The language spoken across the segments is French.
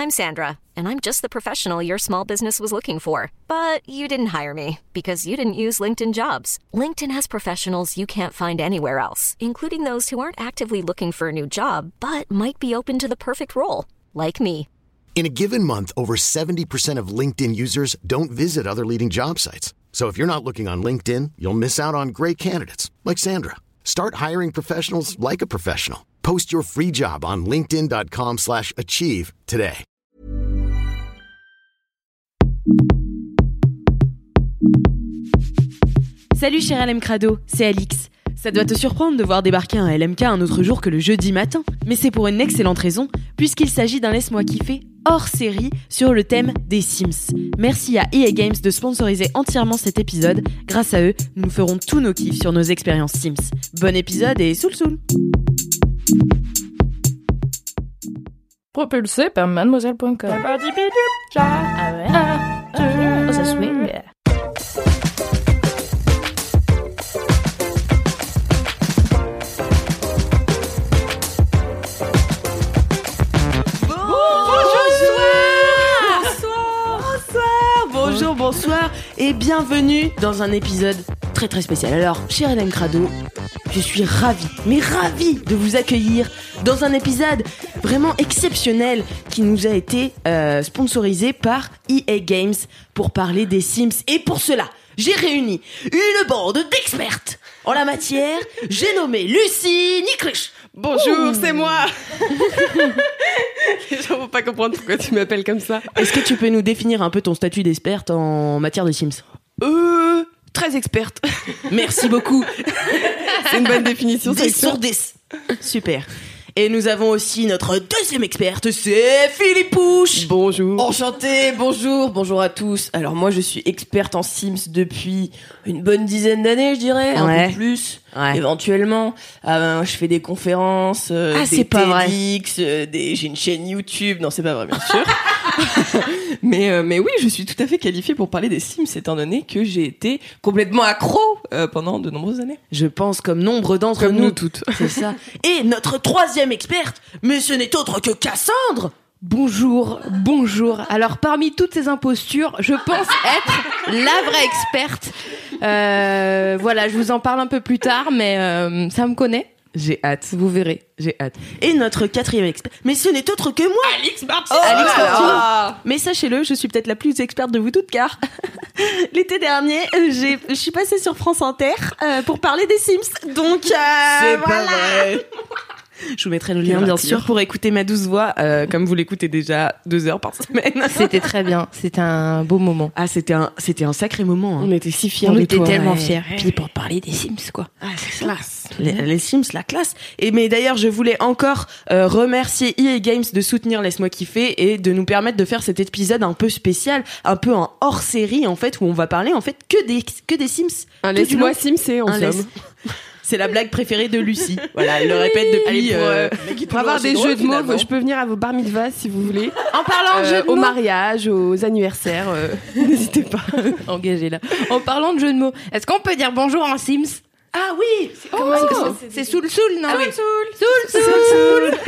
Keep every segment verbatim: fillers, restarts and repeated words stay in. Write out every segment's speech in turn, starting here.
I'm Sandra, and I'm just the professional your small business was looking for. But you didn't hire me, because you didn't use LinkedIn Jobs. LinkedIn has professionals you can't find anywhere else, including those who aren't actively looking for a new job, but might be open to the perfect role, like me. In a given month, over seventy percent of LinkedIn users don't visit other leading job sites. So if you're not looking on LinkedIn, you'll miss out on great candidates, like Sandra. Start hiring professionals like a professional. Post your free job on linkedin.com slash achieve today. Salut cher L M Crado, c'est Alix. Ça doit te surprendre de voir débarquer un L M K un autre jour que le jeudi matin, mais c'est pour une excellente raison, puisqu'il s'agit d'un Laisse-moi kiffer hors série sur le thème des Sims. Merci à E A Games de sponsoriser entièrement cet épisode. Grâce à eux, nous ferons tous nos kiffs sur nos expériences Sims. Bon épisode et soul soul. Propulsé par mademoiselle point com. Ah ouais. Oh, ça swing. Bonjour, bonsoir et bienvenue dans un épisode très très spécial. Alors, cher L M Crado, je suis ravie, mais ravie de vous accueillir dans un épisode vraiment exceptionnel qui nous a été euh, sponsorisé par E A Games pour parler des Sims. Et pour cela, j'ai réuni une bande d'expertes en la matière. J'ai nommé Lucie Nicruch. Bonjour, Ouh. C'est moi. Les gens vont pas comprendre pourquoi tu m'appelles comme ça. Est-ce que tu peux nous définir un peu ton statut d'experte en matière de Sims ? Euh, très experte. Merci beaucoup. C'est une bonne définition. dix sur dix. Super. Et nous avons aussi notre deuxième experte, c'est Philippouche. Bonjour. Enchanté, bonjour, bonjour à tous. Alors moi je suis experte en Sims depuis une bonne dizaine d'années, je dirais, ouais. un peu plus, ouais. éventuellement. Euh, je fais des conférences, euh, ah, des c'est pas TEDx, euh, des... j'ai une chaîne YouTube. Non, c'est pas vrai, bien sûr. mais euh, mais oui, je suis tout à fait qualifiée pour parler des Sims, étant donné que j'ai été complètement accro euh, pendant de nombreuses années. Je pense comme nombre d'entre comme nous. nous toutes. C'est ça. Et notre troisième experte, mais ce n'est autre que Cassandre. Bonjour, bonjour. Alors parmi toutes ces impostures, je pense être la vraie experte. Euh, voilà, je vous en parle un peu plus tard, mais euh, ça me connaît. J'ai hâte. Vous verrez. J'ai hâte. Et notre quatrième expert, mais ce n'est autre que moi, Alix Martin. Oh, Alix Martin. Ah. Mais sachez-le, je suis peut-être la plus experte de vous toutes, car l'été dernier, j'ai, je suis passée sur France Inter euh, pour parler des Sims. Donc, euh, c'est voilà. pas vrai. Je vous mettrai le lien, bien sûr, pour écouter ma douce voix, euh, comme vous l'écoutez déjà deux heures par semaine. C'était très bien. C'était un beau moment. Ah, c'était un, c'était un sacré moment. Hein. On était si fiers On de était toi. tellement ouais. fiers. Puis pour parler des Sims, quoi. Ah, c'est classe. Les, les Sims, la classe. Et mais d'ailleurs, je voulais encore euh, remercier E A Games de soutenir Laisse-moi kiffer et de nous permettre de faire cet épisode un peu spécial, un peu en hors série en fait, où on va parler en fait que des que des Sims. Un laisse-moi simser en somme. C'est la blague préférée de Lucie. Voilà, elle le répète depuis. Allez, pour, euh, euh, pour avoir des drôle, jeux de mots, finalement. je peux venir à vos bar mitzvahs si vous voulez. En parlant de Euh, jeux de aux mots, mariages, aux anniversaires, euh, n'hésitez pas. engagez là. En parlant de jeux de mots, est-ce qu'on peut dire bonjour en Sims ? Ah oui. C'est comment oh, c'est, c'est soul soul, non ? Ah oui. Soul soul. soul, soul.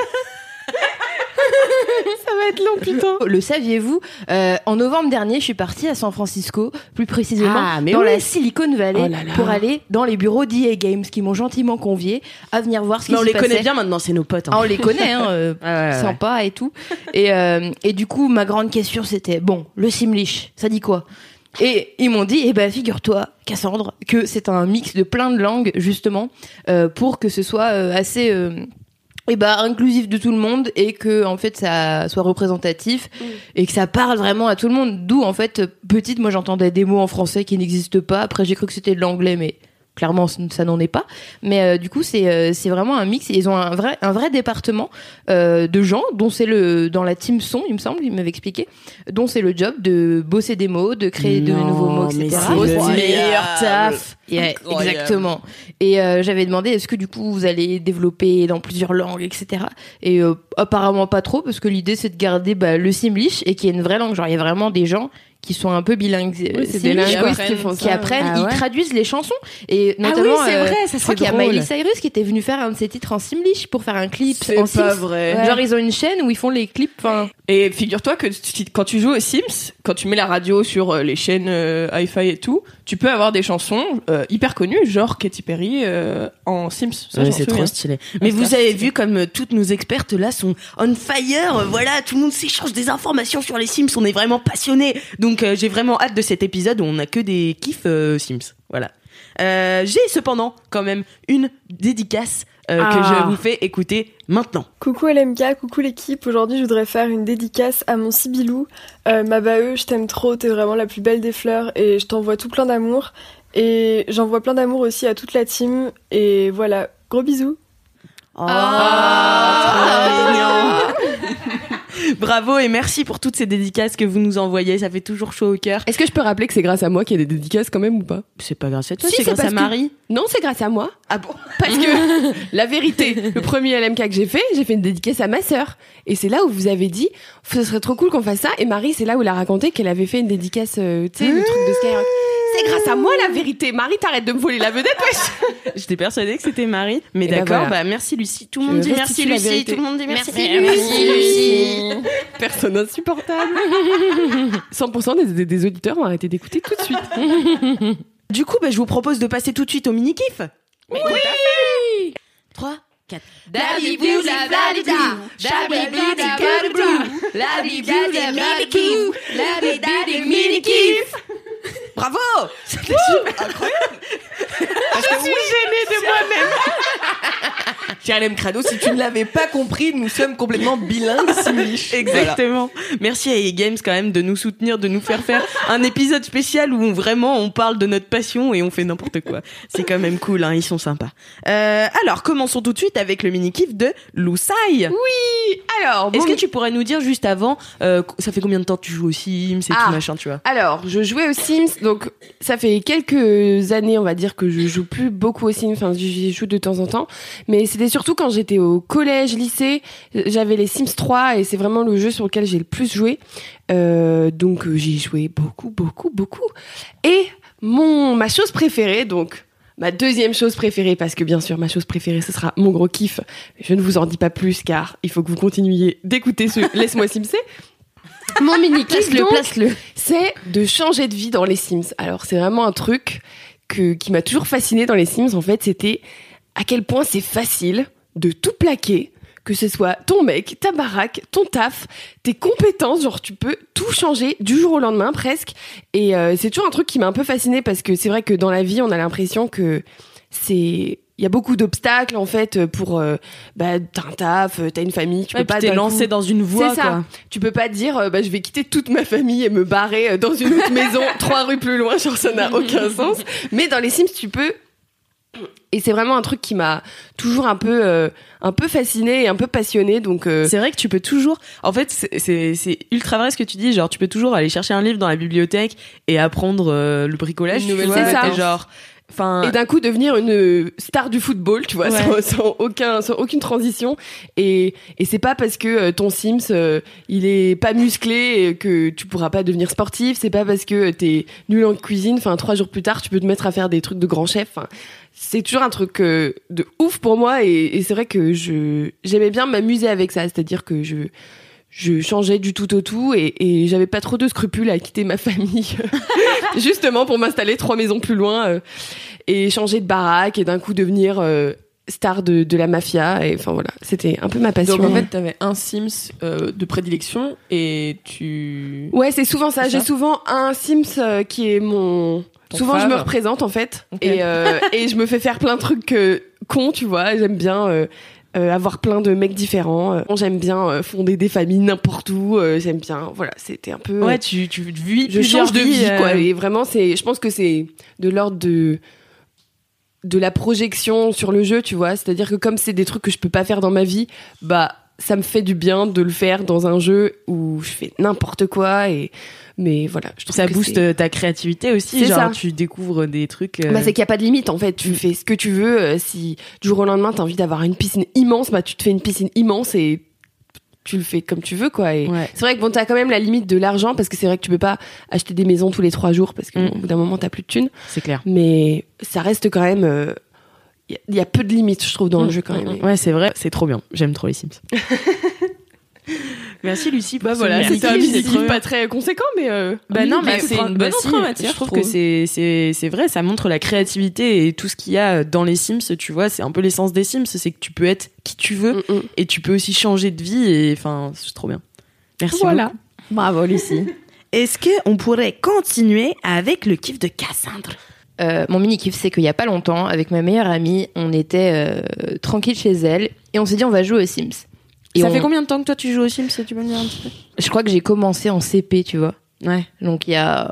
Ça va être long, putain. Le saviez-vous, euh, en novembre dernier, je suis partie à San Francisco, plus précisément Ah, mais dans oui. la Silicon Valley, Oh là là. pour aller dans les bureaux d'E A Games, qui m'ont gentiment convié à venir voir ce qui Mais on se les passait. connaît bien maintenant, c'est nos potes. Hein. Ah, on les connaît, hein, euh, Ouais, ouais, ouais. sympa et tout. Et, euh, et du coup, ma grande question, c'était, bon, le Simlish, ça dit quoi ? Et ils m'ont dit, eh ben, figure-toi, Cassandre, que c'est un mix de plein de langues, justement, euh, pour que ce soit euh, assez... Euh, et bah inclusif de tout le monde et que en fait ça soit représentatif mmh. et que ça parle vraiment à tout le monde. D'où en fait petite, moi j'entendais des mots en français qui n'existent pas. Après j'ai cru que c'était de l'anglais, mais clairement ça n'en est pas. Mais euh, du coup c'est euh, c'est vraiment un mix. Ils ont un vrai un vrai département euh, de gens dont c'est le dans la team son, il me semble, il m'avait expliqué, dont c'est le job de bosser des mots, de créer non, de nouveaux mots, et cetera. Mais c'est Oh, le c'est meilleur taf. Yeah, exactement. Et euh, j'avais demandé est-ce que du coup vous allez développer dans plusieurs langues, et cetera. Et euh, apparemment pas trop parce que l'idée c'est de garder bah, le Simlish et qu'il y ait une vraie langue. Genre il y a vraiment des gens qui sont un peu bilingues, oui, c'est des linguistes qui, font qui apprennent, ah ouais. ils traduisent les chansons et notamment ah oui, c'est euh, vrai, ça, je crois qu'il y a drôle. Miley Cyrus qui était venue faire un de ses titres en Simlish pour faire un clip c'est en pas Sims. vrai. Ouais. Genre ils ont une chaîne où ils font les clips. Fin... Et figure-toi que tu, quand tu joues aux Sims, quand tu mets la radio sur euh, les chaînes euh, hi-fi et tout, tu peux avoir des chansons euh, hyper connues, genre Katy Perry euh, en Sims. Ça, ouais, j'en c'est souviens. trop stylé. Mais vous avez vu comme euh, toutes nos expertes là sont on fire. Euh, voilà, tout le monde s'échange des informations sur les Sims. On est vraiment passionnés. Donc euh, j'ai vraiment hâte de cet épisode où on a que des kiffs euh, Sims. Voilà. Euh, j'ai cependant quand même une dédicace euh, ah. que je vous fais écouter maintenant. Coucou L M K, coucou l'équipe. Aujourd'hui, je voudrais faire une dédicace à mon Sibilou. Euh, ma Bae, je t'aime trop, t'es vraiment la plus belle des fleurs et je t'envoie tout plein d'amour. Et j'envoie plein d'amour aussi à toute la team. Et voilà, gros bisous. Oh, trop mignon. Bravo et merci pour toutes ces dédicaces que vous nous envoyez, ça fait toujours chaud au cœur. Est-ce que je peux rappeler que c'est grâce à moi qu'il y a des dédicaces quand même ou pas ? C'est pas grâce à toi, Si, c'est c'est grâce à parce que- Marie. Non, c'est grâce à moi. Ah bon ? Parce que la vérité, le premier L M K que j'ai fait, j'ai fait une dédicace à ma sœur. Et c'est là où vous avez dit, ce serait trop cool qu'on fasse ça. Et Marie, c'est là où elle a raconté qu'elle avait fait une dédicace, euh, tu sais, le truc de Skyrock. C'est grâce à moi la vérité. Marie, t'arrêtes de me voler la vedette, wesh. J'étais persuadée que c'était Marie, mais Et ben d'accord, voilà. bah merci Lucie. Tout le Je monde dit merci restitue la Lucie, vérité. tout le monde dit merci. Merci, Lucie. Personne insupportable. cent pour cent des, des, des auditeurs ont arrêté d'écouter tout de suite. Du coup, bah, je vous propose de passer tout de suite au mini-kiff. Mais oui. trois, quatre. Daddy blue, la daddy blue, daddy blue, la daddy blue, daddy blue, la daddy blue, daddy daddy mini kiff. Bravo! C'était super incroyable! Je suis gênée de moi-même! Cher L M Crado, si tu ne l'avais pas compris, nous sommes complètement bilingues Simlish. Exactement. Merci à E A Games quand même de nous soutenir, de nous faire faire un épisode spécial où on, vraiment on parle de notre passion et on fait n'importe quoi. C'est quand même cool, hein, ils sont sympas. Euh, alors, commençons tout de suite avec le mini-kiff de Loussaï. Oui. Alors, Est-ce bon, que tu pourrais nous dire juste avant, euh, ça fait combien de temps que tu joues aux Sims et Ah. tout machin, tu vois? Alors, je jouais aux Sims, donc ça fait quelques années, on va dire, que je joue plus beaucoup aux Sims, enfin, j'y joue de temps en temps, mais c'était surtout quand j'étais au collège, lycée, j'avais les Sims trois et c'est vraiment le jeu sur lequel j'ai le plus joué, euh, donc euh, j'y jouais beaucoup, beaucoup, beaucoup. Et mon, ma chose préférée, donc ma deuxième chose préférée, parce que bien sûr, ma chose préférée, ce sera mon gros kiff, je ne vous en dis pas plus car il faut que vous continuiez d'écouter ce Laisse-moi Simser. Mon mini-kiff, Place-le, donc, place-le. c'est de changer de vie dans les Sims. Alors, c'est vraiment un truc que, qui m'a toujours fasciné dans les Sims, en fait, c'était à quel point c'est facile de tout plaquer, que ce soit ton mec, ta baraque, ton taf, tes compétences, genre tu peux tout changer du jour au lendemain presque. Et euh, c'est toujours un truc qui m'a un peu fascinée parce que c'est vrai que dans la vie, on a l'impression que c'est... Il y a beaucoup d'obstacles en fait pour euh, bah t'as un taf, t'as une famille, tu Ouais, peux pas puis t'es d'un lancé coup- dans une voie, c'est ça. quoi. Tu peux pas dire euh, bah je vais quitter toute ma famille et me barrer euh, dans une autre maison trois rues plus loin, genre ça n'a aucun sens. Mais dans les Sims, tu peux. Et c'est vraiment un truc qui m'a toujours un peu euh, un peu fasciné et un peu passionné, donc euh, C'est vrai que tu peux toujours. En fait, c'est- c'est c'est ultra vrai ce que tu dis. Genre, tu peux toujours aller chercher un livre dans la bibliothèque et apprendre euh, le bricolage. Une tu nouvelle vois, compétence. et genre, enfin, et d'un coup devenir une star du football, tu vois, Ouais. sans, sans aucun, sans aucune transition. Et, et c'est pas parce que euh, ton Sims, euh, il est pas musclé et que tu pourras pas devenir sportif. C'est pas parce que t'es nul en cuisine. Enfin, trois jours plus tard, tu peux te mettre à faire des trucs de grand chef. Enfin, c'est toujours un truc euh, de ouf pour moi. Et, et c'est vrai que je, j'aimais bien m'amuser avec ça. C'est-à-dire que je, je changeais du tout au tout et, et j'avais pas trop de scrupules à quitter ma famille justement pour m'installer trois maisons plus loin euh, et changer de baraque et d'un coup devenir euh, star de, de la mafia. Et enfin voilà, c'était un peu ma passion. Donc en fait, t'avais un Sims euh, de prédilection et tu... Ouais, c'est souvent ça. C'est J'ai ça souvent un Sims euh, qui est mon... Ton souvent, je fave. me représente, en fait. Ok. Et, euh, et je me fais faire plein de trucs euh, cons, tu vois. J'aime bien euh, euh, avoir plein de mecs différents. Euh, J'aime bien euh, fonder des familles n'importe où. Euh, J'aime bien... Voilà, c'était un peu... ouais, tu tu vis, je plusieurs change de vies, vie, euh, quoi. Et vraiment, c'est... Je pense que c'est de l'ordre de... de la projection sur le jeu, tu vois. C'est-à-dire que comme c'est des trucs que je peux pas faire dans ma vie, bah... ça me fait du bien de le faire dans un jeu où je fais n'importe quoi et mais voilà, je trouve ça que booste c'est... ta créativité aussi, C'est genre ça. tu découvres des trucs. Euh... Bah c'est qu'il y a pas de limite en fait, tu fais ce que tu veux. Euh, si du jour au lendemain t'as envie d'avoir une piscine immense, bah tu te fais une piscine immense et tu le fais comme tu veux quoi. Et ouais. c'est vrai que bon, t'as quand même la limite de l'argent parce que c'est vrai que tu peux pas acheter des maisons tous les trois jours parce que mm. bon, au bout d'un moment t'as plus de thunes. C'est clair. Mais ça reste quand même, il euh, y, y a peu de limites je trouve dans mm. le jeu quand même. Ouais c'est vrai, c'est trop bien. J'aime trop les Sims. Merci Lucie. Bah voilà, c'était un mini-kiff pas très conséquent, mais euh, bah non, mais c'est une bonne entrée en matière. Je trouve que c'est c'est c'est vrai, ça montre la créativité et tout ce qu'il y a dans les Sims. Tu vois, c'est un peu l'essence des Sims, c'est que tu peux être qui tu veux Mm-mm. et tu peux aussi changer de vie et enfin c'est trop bien. Merci voilà. beaucoup. Bravo Lucie. Est-ce que on pourrait continuer avec le kiff de Cassandre? Euh, mon mini kiff, c'est qu'il y a pas longtemps, avec ma meilleure amie, on était euh, tranquille chez elle et on s'est dit on va jouer aux Sims. Et ça on... fait combien de temps que toi tu joues aux Sims, tu peux me dire un petit peu? Je crois que j'ai commencé en C P, tu vois. Ouais. Donc il y a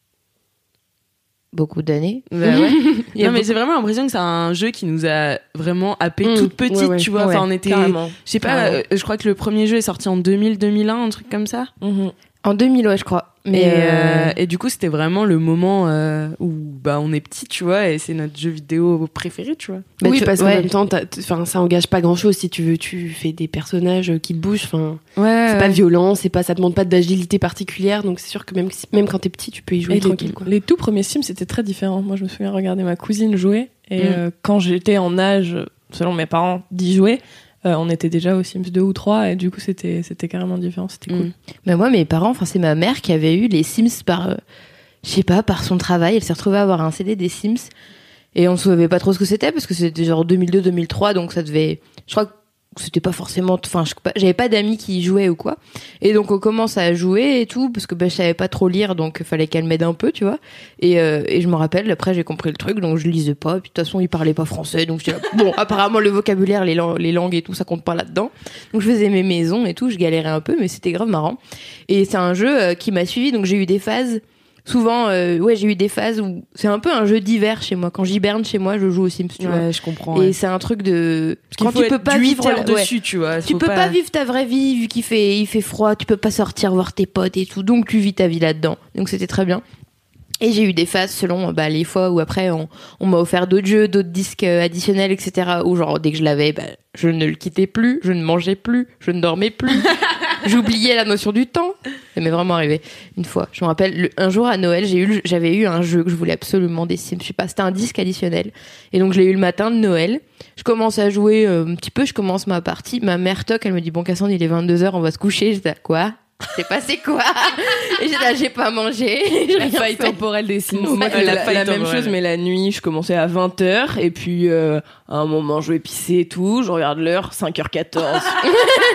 beaucoup d'années. Bah ouais. Il y a non mais beaucoup- j'ai vraiment l'impression que c'est un jeu qui nous a vraiment happé Mmh. toute petite, Ouais, ouais. tu vois. Ouais, Enfin on était, carrément. je sais pas, Carrément. euh, je crois que le premier jeu est sorti en deux mille, deux mille un, un truc comme ça. En deux mille, ouais, je crois. Mais Et, euh, euh, et du coup, c'était vraiment le moment euh, où bah, on est petit, tu vois, et c'est notre jeu vidéo préféré, tu vois. bah, oui, tu- parce qu'en ouais. même temps, t'as- t- enfin, ça engage pas grand-chose si tu veux. Tu fais des personnages qui bougent. Enfin, Ouais, c'est pas violent, c'est pas, ça demande pas d'agilité particulière. Donc c'est sûr que même, si- même quand t'es petit, tu peux y jouer Et tranquille. les, Quoi. les tout premiers Sims, c'était très différent. Moi, je me souviens regarder ma cousine jouer. Et Mm. euh, quand j'étais en âge, selon mes parents, d'y jouer, euh, on était déjà aux Sims deux ou trois. Et du coup, c'était, c'était carrément différent. C'était cool. Mm. Mais moi, mes parents, enfin, c'est ma mère qui avait eu les Sims par, euh, je sais pas, par son travail. Elle s'est retrouvée à avoir un C D des Sims. Et on savait pas trop ce que c'était parce que c'était genre deux mille deux deux mille trois. Donc ça devait, je crois que c'était pas forcément, enfin, je- j'avais pas d'amis qui y jouaient ou quoi. Et donc on commence à jouer et tout parce que bah, je savais pas trop lire, donc fallait qu'elle m'aide un peu, tu vois. Et, euh, et je me rappelle, après j'ai compris le truc, donc je lisais pas. Et puis de toute façon, ils parlaient pas français, donc j'étais là, bon, apparemment le vocabulaire, les, lang- les langues et tout, ça compte pas là-dedans. Donc je faisais mes maisons et tout, je galérais un peu, mais c'était grave marrant. Et c'est un jeu euh, qui m'a suivi, donc j'ai eu des phases. Souvent, euh, ouais, j'ai eu des phases où c'est un peu un jeu d'hiver chez moi. Quand j'hiberne chez moi, je joue aux Sims, tu vois. Ouais, je comprends. Et ouais. c'est un truc de Parce qu'il quand faut tu peux être pas du vivre huit heures la- ouais. dessus, tu vois. Tu faut peux pas... vivre ta vraie vie vu qu'il fait il fait froid, tu peux pas sortir voir tes potes et tout, donc tu vis ta vie là-dedans. Donc c'était très bien. Et j'ai eu des phases selon bah, les fois où après on, on m'a offert d'autres jeux, d'autres disques euh, additionnels, et cetera. Où genre dès que je l'avais, bah, je ne le quittais plus, je ne mangeais plus, je ne dormais plus. J'oubliais la notion du temps. Ça m'est vraiment arrivé une fois. Je me rappelle, le- un jour à Noël, j'ai eu, le- j'avais eu un jeu que je voulais absolument des Sims. Je sais pas, c'était un disque additionnel. Et donc je l'ai eu le matin de Noël. Je commence à jouer euh, un petit peu, je commence ma partie. Ma mère toque, elle me dit bon Cassandre, il est vingt-deux heures, on va se coucher. J'étais là, quoi? C'est passé quoi? Et j'étais là, j'ai pas mangé. J'ai La rien faille fait. temporelle des Sims. Moi, Ouais, la, la la, faille même temporelle. chose, mais la nuit, je commençais à vingt heures. Et puis, euh, à un moment, je vais pisser et tout. Je regarde l'heure, cinq heures quatorze. Quoi?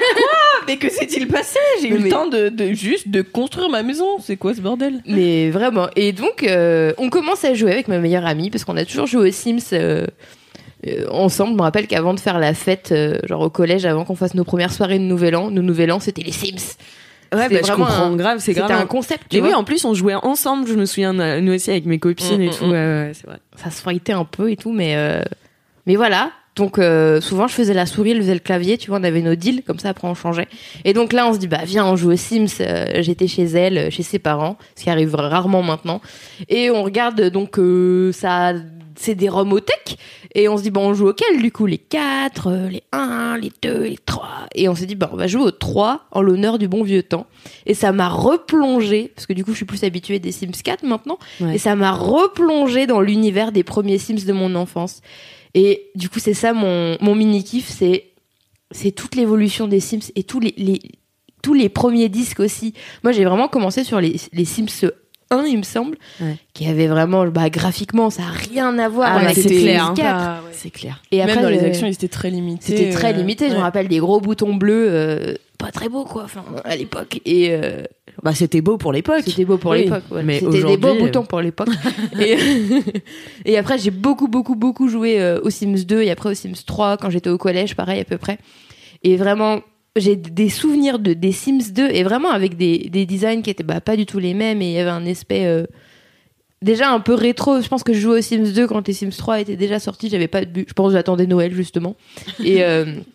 Mais que s'est-il passé? J'ai eu Mais- le temps de, de juste de construire ma maison. C'est quoi ce bordel? Mais vraiment. Et donc, euh, on commence à jouer avec ma meilleure amie parce qu'on a toujours joué aux Sims euh, euh, ensemble. Je me rappelle qu'avant de faire la fête, euh, genre au collège, avant qu'on fasse nos premières soirées de Nouvel An, nos Nouvel An, c'était les Sims. Ouais, C'était bah, je vraiment comprends un- grave, c'est C'était grave. un concept, tu Et vois. oui, en plus, on jouait ensemble, je me souviens, euh, nous aussi, avec mes copines Mm, et mm, tout. mm. Ouais, ouais, c'est vrai. Ça se fightait un peu et tout, mais euh, mais voilà. Donc euh, souvent je faisais la souris, elle faisait le clavier, tu vois, on avait nos deals, comme ça après on changeait. Et donc là on se dit bah viens on joue aux Sims. Euh, j'étais chez elle, euh, chez ses parents, ce qui arrive rarement maintenant. Et on regarde donc euh, ça, c'est des ROM au tech. Et on se dit bon on joue auquel du coup, les quatre, euh, les un, les deux, les trois. Et on s'est dit bah on va jouer aux trois en l'honneur du bon vieux temps. Et ça m'a replongé parce que du coup je suis plus habituée des Sims quatre maintenant. Ouais. Et ça m'a replongé dans l'univers des premiers Sims de mon enfance. Et du coup, c'est ça mon, mon mini-kiff, c'est, c'est toute l'évolution des Sims et tous les, les, tous les premiers disques aussi. Moi, j'ai vraiment commencé sur les, les Sims un, il me semble, Ouais. qui avait vraiment, bah, graphiquement, ça n'a rien à voir Ah, avec bah, c'est les clair, Sims hein. quatre. Ah, ouais. C'est clair. Et Même après, dans les euh, actions, ils étaient très limités. c'était très euh, limité. Je me ouais. rappelle des gros boutons bleus, euh, pas très beaux, quoi, enfin, à l'époque. Et, euh, Bah, c'était beau pour l'époque. C'était beau pour Oui. l'époque. Ouais. Mais C'était des aujourd'hui, beaux euh, boutons pour l'époque. et, et après, j'ai beaucoup, beaucoup, beaucoup joué euh, aux Sims deux et après aux Sims trois quand j'étais au collège, pareil à peu près. Et vraiment, j'ai des souvenirs de des Sims deux et vraiment avec des, des designs qui étaient bah, pas du tout les mêmes et il y avait un aspect euh, déjà un peu rétro. Je pense que je jouais aux Sims deux quand les Sims trois étaient déjà sortis. J'avais pas de but. Je pense que j'attendais Noël justement. Et euh,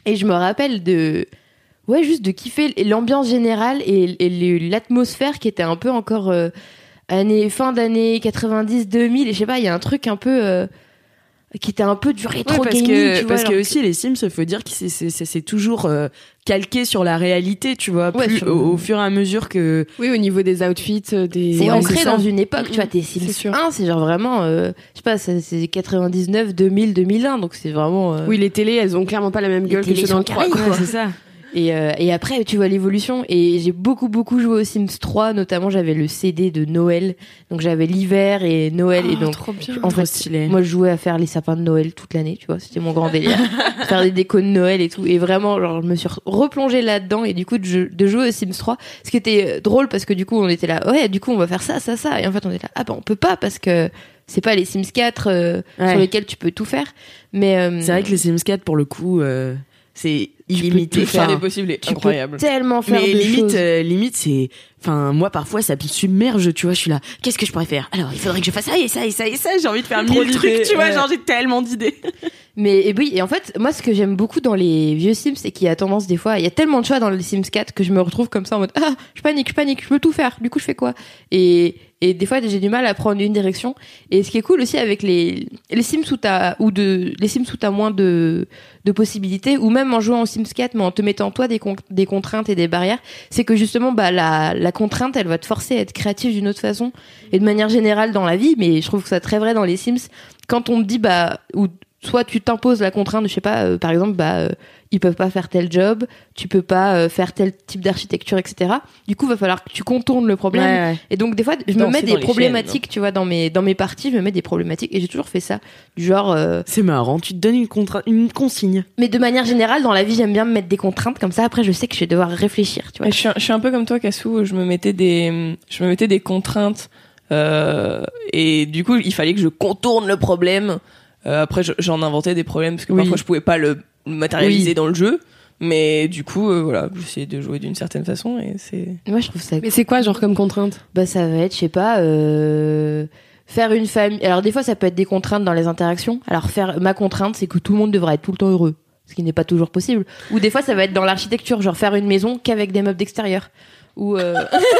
Et je me rappelle de... Ouais, juste de kiffer l'ambiance générale et, et l'atmosphère qui était un peu encore euh, année, fin d'année quatre-vingt-dix deux mille. Et je sais pas, il y a un truc un peu... Euh, qui était un peu du rétro ouais, parce gaming, que, tu vois. Parce que alors... aussi, les Sims, faut dire que c'est, c'est, c'est, c'est toujours euh, calqué sur la réalité, tu vois. Ouais, plus, sur... au, au fur et à mesure que... Oui, au niveau des outfits, des... C'est ouais, ancré c'est dans ça. une époque, tu vois, tes Sims c'est un, c'est genre vraiment... Euh, je sais pas, c'est, c'est quatre-vingt-dix-neuf, deux mille, deux mille un, donc c'est vraiment... Euh... Oui, les télés, elles ont clairement pas la même les gueule que ceux dans le trois. Quoi. Ouais, c'est ça. Et, euh, et après, tu vois l'évolution. Et j'ai beaucoup, beaucoup joué aux Sims trois. Notamment, j'avais le C D de Noël. Donc, j'avais l'hiver et Noël. Oh, et donc, trop bien. en trop fait, stylé. moi, je jouais à faire les sapins de Noël toute l'année. Tu vois, c'était mon grand délire. Faire des décos de Noël et tout. Et vraiment, genre, je me suis replongée là-dedans. Et du coup, de, de jouer aux Sims trois. Ce qui était drôle parce que du coup, on était là. Ouais, du coup, on va faire ça, ça, ça. Et en fait, on était là. Ah, bah, on peut pas parce que c'est pas les Sims quatre euh, ouais. sur lesquels tu peux tout faire. Mais euh, c'est vrai que les Sims quatre, pour le coup, euh, c'est illimité. Tu peux faire des possibles et tu incroyable. peux tellement faire mais de limite, choses. euh, limite, c'est, enfin, moi parfois ça me submerge, tu vois. Je suis là, qu'est-ce que je pourrais faire? Alors, il faudrait que je fasse ça et ça et ça et ça. J'ai envie de faire mille trucs, tu vois. ouais. Genre, j'ai tellement d'idées. Mais et oui, et en fait, moi, ce que j'aime beaucoup dans les vieux Sims, c'est qu'il y a tendance des fois, il y a tellement de choix dans les Sims quatre que je me retrouve comme ça en mode ah, je panique, je panique, je peux tout faire. Du coup, je fais quoi? Et et des fois, j'ai du mal à prendre une direction. Et ce qui est cool aussi avec les les Sims où t'as ou de les Sims où t'as moins de de possibilités, ou même en jouant aux Sims quatre, mais en te mettant toi des con- des contraintes et des barrières, c'est que justement, bah la la contrainte, elle va te forcer à être créatif d'une autre façon et de manière générale dans la vie. Mais je trouve que c'est très vrai dans les Sims. Quand on te dit bah ou soit tu t'imposes la contrainte, je sais pas, euh, par exemple, bah euh, ils peuvent pas faire tel job, tu peux pas euh, faire tel type d'architecture, et cetera. Du coup, va falloir que tu contournes le problème. Ouais, ouais. Et donc des fois, je me Danser mets dans des les problématiques, chaînes, tu vois, dans mes dans mes parties, je me mets des problématiques et j'ai toujours fait ça, du genre. Euh... C'est marrant. Tu te donnes une contra- une consigne. Mais de manière générale, dans la vie, j'aime bien me mettre des contraintes comme ça. Après, je sais que je vais devoir réfléchir, tu vois. Ouais, je, suis un, je suis un peu comme toi, Cassou. Je me mettais des, je me mettais des contraintes euh, et du coup, il fallait que je contourne le problème. Euh, après, je, j'en inventais des problèmes parce que Oui. parfois je pouvais pas le matérialiser Oui. dans le jeu. Mais du coup, euh, voilà, j'essayais de jouer d'une certaine façon et c'est. Moi, je trouve ça. Mais c'est quoi, genre, comme contrainte? Bah, ça va être, je sais pas, euh... faire une famille. Alors, des fois, ça peut être des contraintes dans les interactions. Alors, faire ma contrainte, c'est que tout le monde devrait être tout le temps heureux, ce qui n'est pas toujours possible. Ou des fois, ça va être dans l'architecture, genre faire une maison qu'avec des meubles d'extérieur. Ou euh...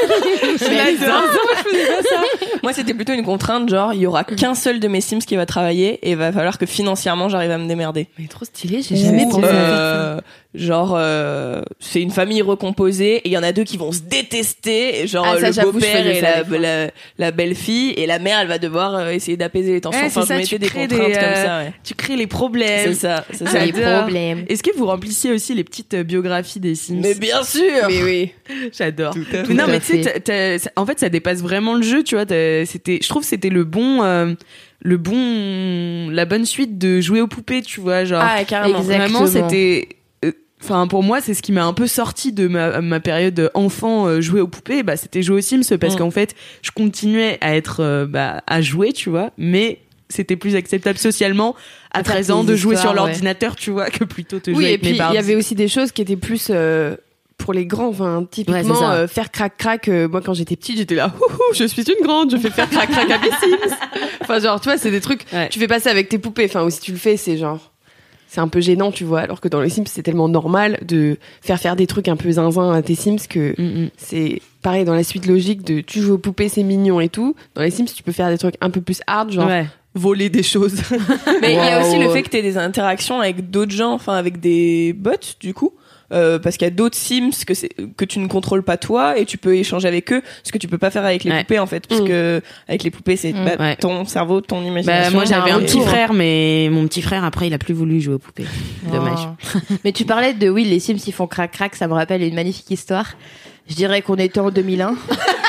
Moi, c'était plutôt une contrainte, genre, il y aura qu'un seul de mes Sims qui va travailler et il va falloir que financièrement j'arrive à me démerder. Mais trop stylé, j'ai Ou, jamais pensé à faire euh, genre, euh, c'est une famille recomposée et il y en a deux qui vont se détester, genre Ah, ça, le j'avoue, beau-père je faisais et ça la, des fois. la, la belle-fille, et la mère, elle va devoir euh, essayer d'apaiser les tensions. Ouais, enfin, c'est ça, je mettais tu des crées contraintes des, comme euh, ça, ouais. Tu crées les problèmes. C'est ça, c'est Ah, ça. les J'adore. problèmes. Est-ce que vous remplissiez aussi les petites euh, biographies des Sims? Mais bien sûr! Mais oui. J'adore. Tout à fait. Mais non, Tout à mais tu sais, fait. t'as- t'as- en fait, ça dépasse vraiment le jeu, tu vois. t'as- C'était, je trouve, que c'était le bon, euh, le bon, la bonne suite de jouer aux poupées, tu vois, genre. Ah, carrément. Exactement. Vraiment, c'était. Enfin, pour moi, c'est ce qui m'a un peu sorti de ma, ma période enfant, euh, jouer aux poupées. Bah, c'était jouer aux Sims parce Mm. qu'en fait, je continuais à être, euh, bah, à jouer, tu vois, mais c'était plus acceptable socialement à À faire treize ans tes de jouer sur histoires, ouais. l'ordinateur, tu vois, que plutôt te jouer Oui, et avec puis mes il Barbies. y avait aussi des choses qui étaient plus euh, pour les grands. Enfin, Ouais, c'est typiquement, ça. euh, faire crac-crac. euh, moi, quand j'étais petite, j'étais là, Houhou, je suis une grande, je fais faire crac-crac à mes Sims. Enfin, genre, tu vois, c'est des trucs, Ouais. tu fais pas ça avec tes poupées. Enfin, ou si tu le fais, c'est genre, c'est un peu gênant, tu vois. Alors que dans les Sims, c'est tellement normal de faire faire des trucs un peu zinzin à tes Sims que Mm, mm. c'est pareil dans la suite logique de tu joues aux poupées, c'est mignon et tout. Dans les Sims, tu peux faire des trucs un peu plus hard, genre Ouais. voler des choses. Mais il y a Wow. aussi le fait que tu aies des interactions avec d'autres gens, enfin avec des bots du coup. Euh, parce qu'il y a d'autres Sims que c'est que tu ne contrôles pas toi et tu peux échanger avec eux, ce que tu peux pas faire avec les Ouais. poupées en fait, parce Mm. que avec les poupées c'est Mm. bah, Ouais. ton cerveau, ton Bah, imagination. moi, j'avais un un petit retour. frère, mais mon petit frère, après, il a plus voulu jouer aux poupées. Dommage. Oh. Mais tu parlais de oui, les Sims ils font crac crac, ça me rappelle une magnifique histoire. Je dirais qu'on était en deux mille un.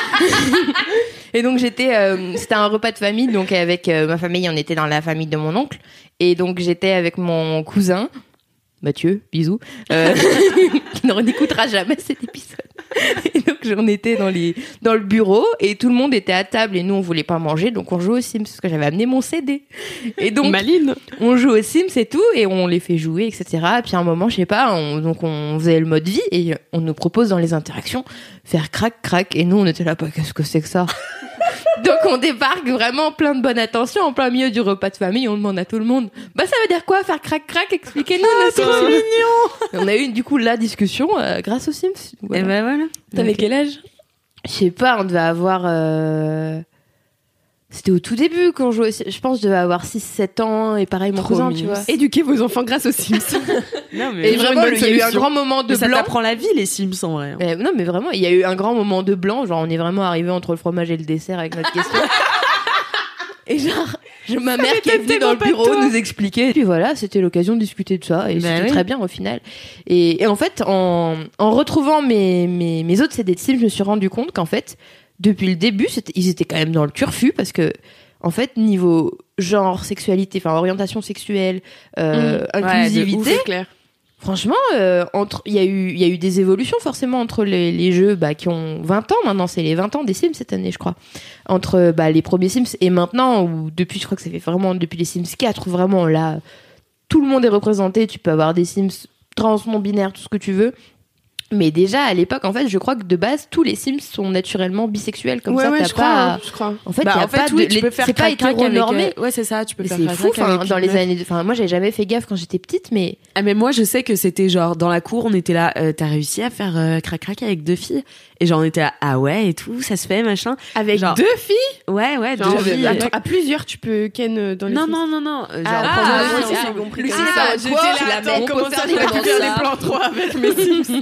Et donc j'étais, euh, c'était un repas de famille, donc avec euh, ma famille, on était dans la famille de mon oncle, et donc j'étais avec mon cousin Mathieu, bisous, euh, qui ne réécoutera jamais cet épisode. Et donc j'en étais dans les dans le bureau et tout le monde était à table et nous on voulait pas manger, donc on jouait aux Sims parce que j'avais amené mon C D. Et donc Maline. on joue aux Sims et tout, et on les fait jouer, et cetera. Puis à un moment, je sais pas, on, donc on faisait le mode vie, et on nous propose dans les interactions faire crac crac, et nous on était là, pas qu'est-ce que c'est que ça? Donc on débarque vraiment plein de bonne attention en plein milieu du repas de famille. On demande à tout le monde, bah ça veut dire quoi faire crac crac? Expliquez-nous. Ah, c'est mignon. On a eu du coup la discussion euh, grâce aux Sims. Voilà. Et ben voilà. T'avais quel âge? Je sais pas, on devait avoir. Euh... C'était au tout début quand on jouait. Je pense que je devais avoir six sept ans et pareil mon Trop cousin, mignon. tu vois. Éduquez vos enfants grâce aux Sims. Non, mais Et vraiment, il y a eu un grand moment de mais ça blanc. t'apprend la vie, les Sims, en vrai. Euh, non, mais vraiment, il y a eu un grand moment de blanc. Genre, on est vraiment arrivé entre le fromage et le dessert avec notre question. Et genre, je- ma mère qui est venue dans le bureau nous expliquer. Et puis voilà, c'était l'occasion de discuter de ça. Et Bah c'était oui. très bien au final. Et, et en fait, en, en retrouvant mes, mes, mes autres C D de Sims, je me suis rendu compte qu'en fait, depuis le début, c'était, ils étaient quand même dans le turfu parce que, en fait, niveau genre, sexualité, enfin orientation sexuelle, euh, Mmh. inclusivité, C'est clair. franchement, euh, entre, il y a eu, il y a eu des évolutions forcément entre les, les jeux, bah, qui ont vingt ans maintenant, c'est les vingt ans des Sims cette année, je crois. Entre, bah, les premiers Sims et maintenant, ou depuis, je crois que ça fait vraiment depuis les Sims quatre, où vraiment là, tout le monde est représenté, tu peux avoir des Sims trans, non binaires, tout ce que tu veux. Mais déjà, à l'époque, en fait, je crois que de base, tous les Sims sont naturellement bisexuels, comme ouais, ça, ouais, t'as je pas, crois, hein, je crois. en fait, il Bah, y a en fait, pas oui, de, tu peux faire c'est pas crac-crac avec, hétéronormé. euh, Ouais, c'est ça, tu peux Et faire c'est crac-crac fou, enfin, avec dans une les meuf. années, enfin, moi, j'avais jamais fait gaffe quand j'étais petite, mais Ah, mais moi, je sais que c'était genre, dans la cour, on était là, euh, t'as réussi à faire euh, crac-crac avec deux filles? Et genre, on était là, ah ouais, et tout, ça se fait, machin. Avec Genre- deux filles. Ouais, ouais, deux Genre, filles. attends, à plusieurs, tu peux ken euh, dans les Non, Sims. non, non, non. euh, Genre, Ah, prendre ah, deux oui, filles ah, ensemble. compris. le Ah, cinéma, j'étais quoi, là, c'est la attends, même. On comment peut ça, faire je des récupère plans des plans trois avec mes Sims.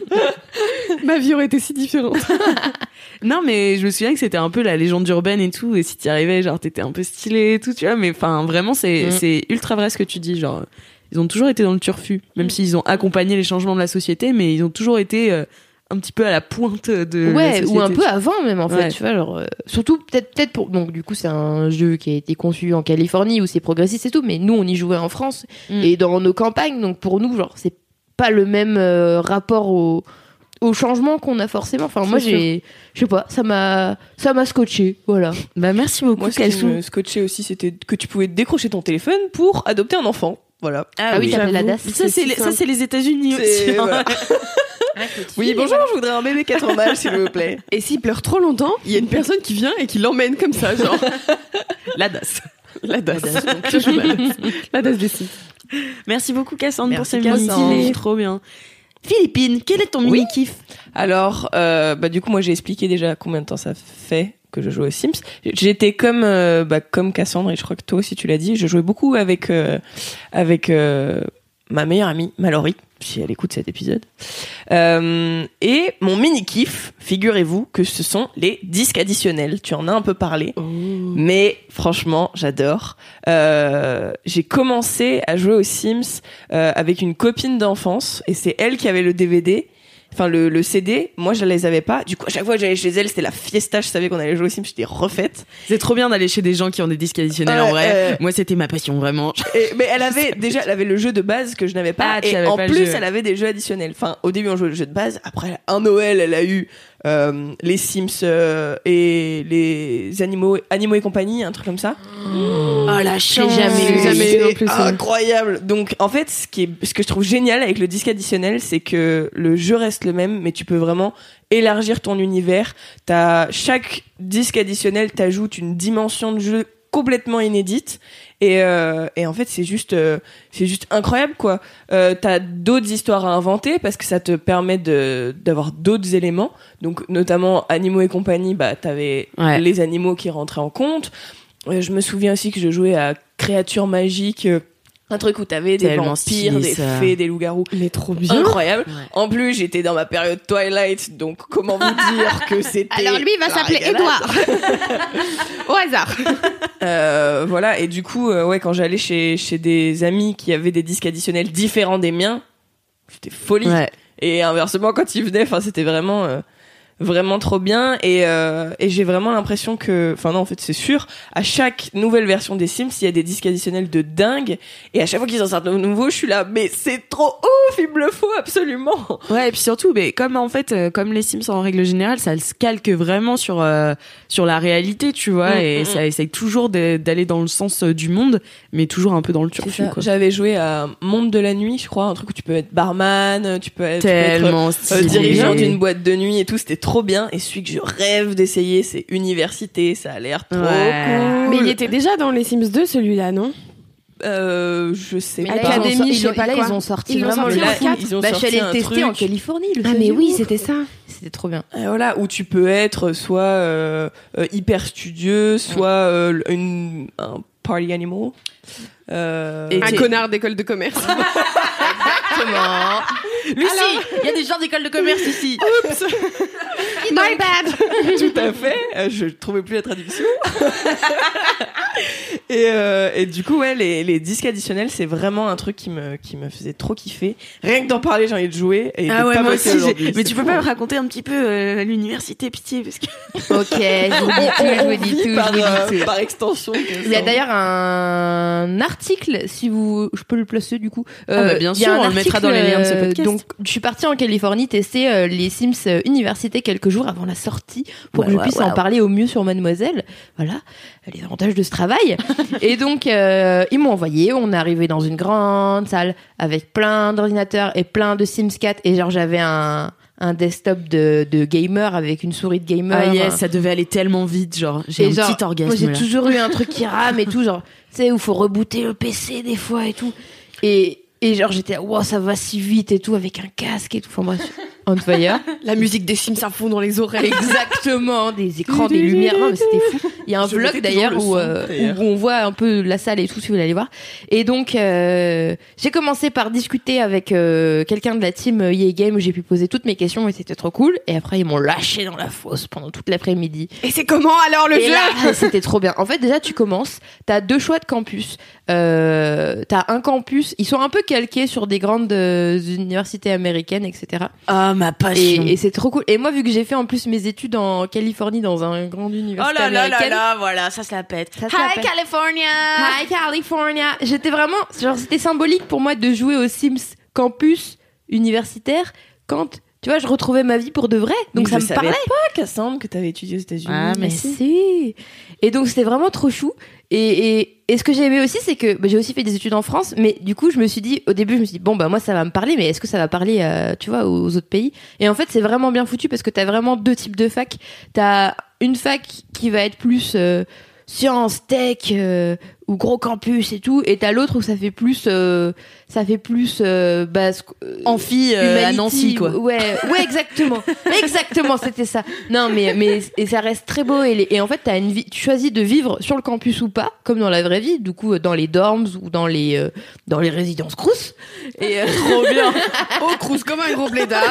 Ma vie aurait été si différente. Non, mais je me souviens que c'était un peu la légende urbaine et tout, et si t'y arrivais, genre, t'étais un peu stylé et tout, tu vois, mais enfin, vraiment, c'est, Mm. c'est ultra vrai ce que tu dis, genre, ils ont toujours été dans le turfu, même s'ils ont accompagné les changements de la société, mais ils ont toujours été euh, un petit peu à la pointe de la ouais, société. ou un peu avant même en fait, Ouais. tu vois, genre, euh, surtout peut-être peut-être pour, donc du coup c'est un jeu qui a été conçu en Californie où c'est progressiste et tout, mais nous on y jouait en France Mm. et dans nos campagnes, donc pour nous genre c'est pas le même euh, rapport au au changement qu'on a forcément. Enfin moi C'est j'ai, je sais pas, ça m'a ça m'a scotché, voilà. Bah, merci beaucoup, Moi, ce qui Cassou. me scotchait aussi, c'était que tu pouvais décrocher ton téléphone pour adopter un enfant. Voilà. Ah oui, t'appelais la D A S. Ça, c'est, les- ça, c'est les États-Unis C'est- aussi. hein. voilà. Oui, bonjour, je voudrais un bébé quatre ans d'âge, s'il vous plaît. Et s'il pleure trop longtemps, il y a une personne qui vient et qui l'emmène comme ça, genre. La D A S. La D A S. Donc, je joue la D A S. La D A S des Sims. Merci beaucoup, Cassandre, pour Merci, ces mini Cassandre. kiffs. Trop bien. Philippine, quel est ton Oui. mini kiff? Alors, euh, bah, du coup, moi, j'ai expliqué déjà combien de temps ça fait que je jouais aux Sims. J'étais comme, euh, bah, comme Cassandre, et je crois que toi aussi tu l'as dit, je jouais beaucoup avec, euh, avec euh, ma meilleure amie, Mallory, si elle écoute cet épisode. Euh, et mon mini-kiff, figurez-vous que ce sont les disques additionnels. Tu en as un peu parlé, mais franchement, j'adore. Euh, j'ai commencé à jouer aux Sims euh, avec une copine d'enfance, et c'est elle qui avait le D V D. Enfin, le, le C D, moi, je les avais pas. Du coup, à chaque fois que j'allais chez elle, c'était la fiesta. Je savais qu'on allait jouer aux Sims, j'étais refaite. C'est trop bien d'aller chez des gens qui ont des disques additionnels, Ouais, en vrai. euh, Moi, c'était ma passion, vraiment. Et, mais elle avait déjà, elle avait le jeu de base que je n'avais pas. Ah, tu et avais en pas le plus, jeu. elle avait des jeux additionnels. Enfin, au début, on jouait le jeu de base. Après, un Noël, elle a eu euh, les Sims euh, et les animaux, animaux et compagnie, un truc comme ça. Oh, la chance. J'ai jamais eu. Jamais eu non C'est plus, ça. incroyable. Donc, en fait, ce qui est, ce que je trouve génial avec le disque additionnel, c'est que le jeu reste le même, mais tu peux vraiment élargir ton univers. T'as, chaque disque additionnel t'ajoute une dimension de jeu complètement inédite. Et, euh, et en fait, c'est juste, euh, c'est juste incroyable, quoi. Euh, t'as d'autres histoires à inventer parce que ça te permet de, d'avoir d'autres éléments. Donc, notamment, animaux et compagnie, bah, t'avais Ouais. les animaux qui rentraient en compte. Euh, je me souviens aussi que je jouais à créatures magiques, euh, un truc où t'avais des Tellement vampires, stylé, des ça. fées, des loups-garous. Mais trop bien. Incroyable. Ouais. En plus, j'étais dans ma période Twilight, donc comment vous dire que c'était. Alors lui il va la s'appeler régalade. Edouard. Au hasard. Euh, voilà, et du coup, euh, ouais, quand j'allais chez, chez des amis qui avaient des disques additionnels différents des miens, c'était folie. Ouais. Et inversement, quand ils venaient, enfin, c'était vraiment, euh, vraiment trop bien. Et, euh, et j'ai vraiment l'impression que, enfin non, en fait, c'est sûr, à chaque nouvelle version des Sims, il y a des disques additionnels de dingue. Et à chaque fois qu'ils en sortent un nouveau, je suis là, mais c'est trop ouf, il me le faut absolument. Ouais, et puis surtout, mais comme en fait, euh, comme les Sims en règle générale, ça se calque vraiment sur euh, sur la réalité, tu vois, Mm, et mm, ça essaye toujours de- d'aller dans le sens euh, du monde, mais toujours un peu dans le turfu, quoi. J'avais joué à Monde de la nuit, je crois, un truc où tu peux être barman, tu peux être, tu peux être, Tellement euh, stylé. dirigeant d'une boîte de nuit et tout, c'était trop bien. Et celui que je rêve d'essayer, c'est Université. Ça a l'air trop Ouais. cool. Mais il était déjà dans les Sims deux, celui-là, non? Euh, je sais Mais pas. là, ils ont, Académie, ils je sais ont- pas là, quoi. ils ont sorti Ils l'ont vraiment sorti le en fou. quatre. Ils ont Bah, je sorti suis allée un tester truc. en Californie. Le Ah, mais saviez-vous oui, c'était ça. C'était trop bien. Et voilà, où tu peux être soit euh, euh, hyper studieux, soit euh, une, un party animal. Euh, Et Un t'es- connard d'école de commerce. Exactement. Lucie, il y a des gens d'école de commerce ici. My bad. Tout à fait. Euh, je trouvais plus la traduction. et, euh, et du coup, ouais, les, les disques additionnels, c'est vraiment un truc qui me, qui me faisait trop kiffer. Rien que d'en parler, j'ai envie de jouer. Et Ah de ouais, pas moi bosser aussi. j'ai- aujourd'hui. Mais C'est tu peux fou, pas me hein. raconter un petit peu euh, l'université, pitié, parce que. Ok, je vous dis tout, je vous dis tout, je par, vous euh, dis tout. par extension. Il y a d'ailleurs un article, si vous, je peux le placer du coup. Ah bah bien il y a sûr, un on le mettra dans les liens de ce euh, podcast. Donc, je suis partie en Californie tester euh, les Sims euh, Université quelques jours avant la sortie pour Ouais, que je ouais, puisse ouais. en parler au mieux sur Mademoiselle. Voilà, les avantages de ce travail. Et donc, euh, ils m'ont envoyé. On est arrivé dans une grande salle avec plein d'ordinateurs et plein de Sims quatre. Et genre, j'avais un un desktop de, de gamer avec une souris de gamer. Ah yes, ça devait aller tellement vite, genre j'ai Et un genre, petit orgasme. Moi, j'ai là. toujours eu un truc qui rame et tout, genre, tu sais, où faut rebooter le P C des fois et tout. Et, et genre, j'étais, wow, ça va si vite et tout, avec un casque et tout. Enfin, bref, on fire. La musique des Sims à fond dans les oreilles. Exactement, des écrans, des lumières. Non, mais c'était fou. Il y a un Je vlog mettais d'ailleurs toujours où, le son, euh, d'ailleurs. où on voit un peu la salle et tout, si vous voulez aller voir. Et donc, euh, j'ai commencé par discuter avec euh, quelqu'un de la team E A Game où j'ai pu poser toutes mes questions et c'était trop cool. Et après, ils m'ont lâché dans la fosse pendant toute l'après-midi. Et c'est comment alors le Et jeu? là, c'était trop bien. En fait, déjà, tu commences, t'as deux choix de campus. Euh, t'as un campus, ils sont un peu calqués sur des grandes euh, universités américaines, et cetera. Ah ma Et, passion. et c'est trop cool. Et moi, vu que j'ai fait en plus mes études en Californie dans un grand université Oh là là là américaine, là, voilà, ça se la pète. ça se la pète. California. Hi California. J'étais vraiment, genre, c'était symbolique pour moi de jouer au Sims campus universitaire quand, tu vois, je retrouvais ma vie pour de vrai. Donc Mais ça je me savais parlait. pas, Cassandre, que t'avais étudié aux États-Unis. Ah, mais Mais si. Et donc c'était vraiment trop chou. Et, et, et ce que j'ai aimé aussi, c'est que bah, j'ai aussi fait des études en France, mais du coup je me suis dit, au début je me suis dit, bon bah moi ça va me parler, mais est-ce que ça va parler, euh, tu vois, aux autres pays? Et en fait c'est vraiment bien foutu parce que t'as vraiment deux types de fac. T'as une fac qui va être plus euh, sciences, tech euh, ou gros campus et tout, et t'as l'autre où ça fait plus, euh, ça fait plus euh, bah, sc- euh, Amphi euh, à Humanity, Nancy quoi. Ouais, ouais, exactement. exactement, c'était ça. Non, mais, mais, et ça reste très beau. Et, les- et en fait, t'as une vie, tu choisis de vivre sur le campus ou pas, comme dans la vraie vie, du coup, dans les dorms ou dans les, euh, dans les résidences Crous. Et, euh, Trop bien. Oh, Cruz comme un gros blédard.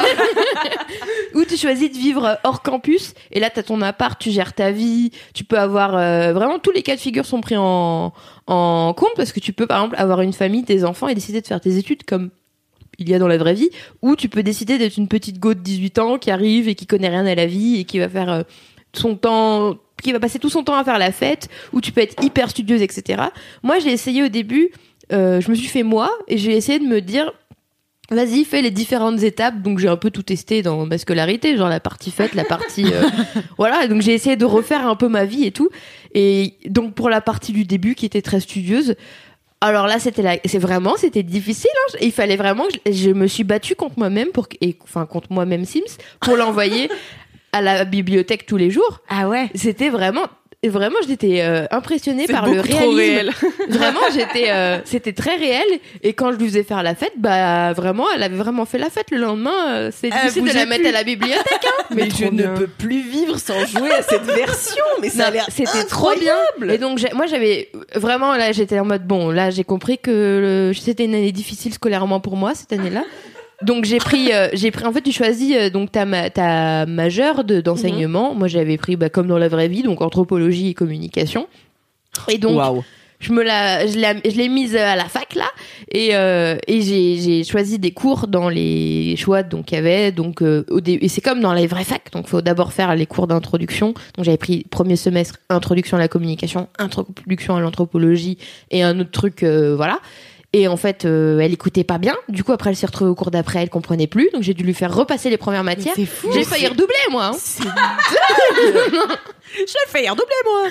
où tu choisis de vivre hors campus. Et là, t'as ton appart, tu gères ta vie. Tu peux avoir, euh, vraiment, tous les cas de figure sont pris en, en compte parce que tu peux, par exemple, avoir une famille, tes enfants et décider de faire tes études comme il y a dans la vraie vie, ou tu peux décider d'être une petite go de dix-huit ans qui arrive et qui connaît rien à la vie et qui va faire euh, son temps, qui va passer tout son temps à faire la fête, ou tu peux être hyper studieuse, et cetera. Moi, j'ai essayé au début, euh, je me suis fait moi, et j'ai essayé de me dire, vas-y, fais les différentes étapes. Donc j'ai un peu tout testé dans ma scolarité, genre la partie fête, la partie euh, voilà. Donc j'ai essayé de refaire un peu ma vie et tout. Et donc pour la partie du début qui était très studieuse, alors là c'était la... c'est vraiment c'était difficile. Hein. Il fallait vraiment que je... je me suis battue contre moi-même pour que- et enfin contre moi-même Sims pour l'envoyer à la bibliothèque tous les jours. Ah ouais. C'était vraiment vraiment j'étais euh, impressionnée C'est par le beaucoup trop réalisme. réel. Vraiment, j'étais, euh, c'était très réel. Et quand je lui faisais faire la fête, bah vraiment, elle avait vraiment fait la fête le lendemain. euh, C'est Elle difficile de bougeait la mettre plus. à la bibliothèque. Hein. Mais, trop je bien. ne peux plus vivre sans jouer à cette version. Mais ça Non, a l'air c'était trop incroyable. bien. Et donc j'ai- moi j'avais vraiment là, j'étais en mode bon, là j'ai compris que le- c'était une année difficile scolairement pour moi cette année-là. Donc j'ai pris, euh, j'ai pris. En fait, tu choisis euh, donc ta ma, ta majeure de d'enseignement. Moi, j'avais pris bah, comme dans la vraie vie, donc anthropologie et communication. Et donc Waouh. je me la, je l'ai, je l'ai mise à la fac là, et euh, et j'ai j'ai choisi des cours dans les choix donc qu'il y avait donc euh, au dé- et c'est comme dans les vraies facs, donc faut d'abord faire les cours d'introduction. Donc j'avais pris premier semestre introduction à la communication, introduction à l'anthropologie et un autre truc euh, voilà. Et en fait, euh, elle écoutait pas bien. Du coup, après, elle s'est retrouvée au cours d'après, elle comprenait plus. Donc, j'ai dû lui faire repasser les premières matières. C'est fou. J'ai failli redoubler, moi. Hein. J'ai failli redoubler moi.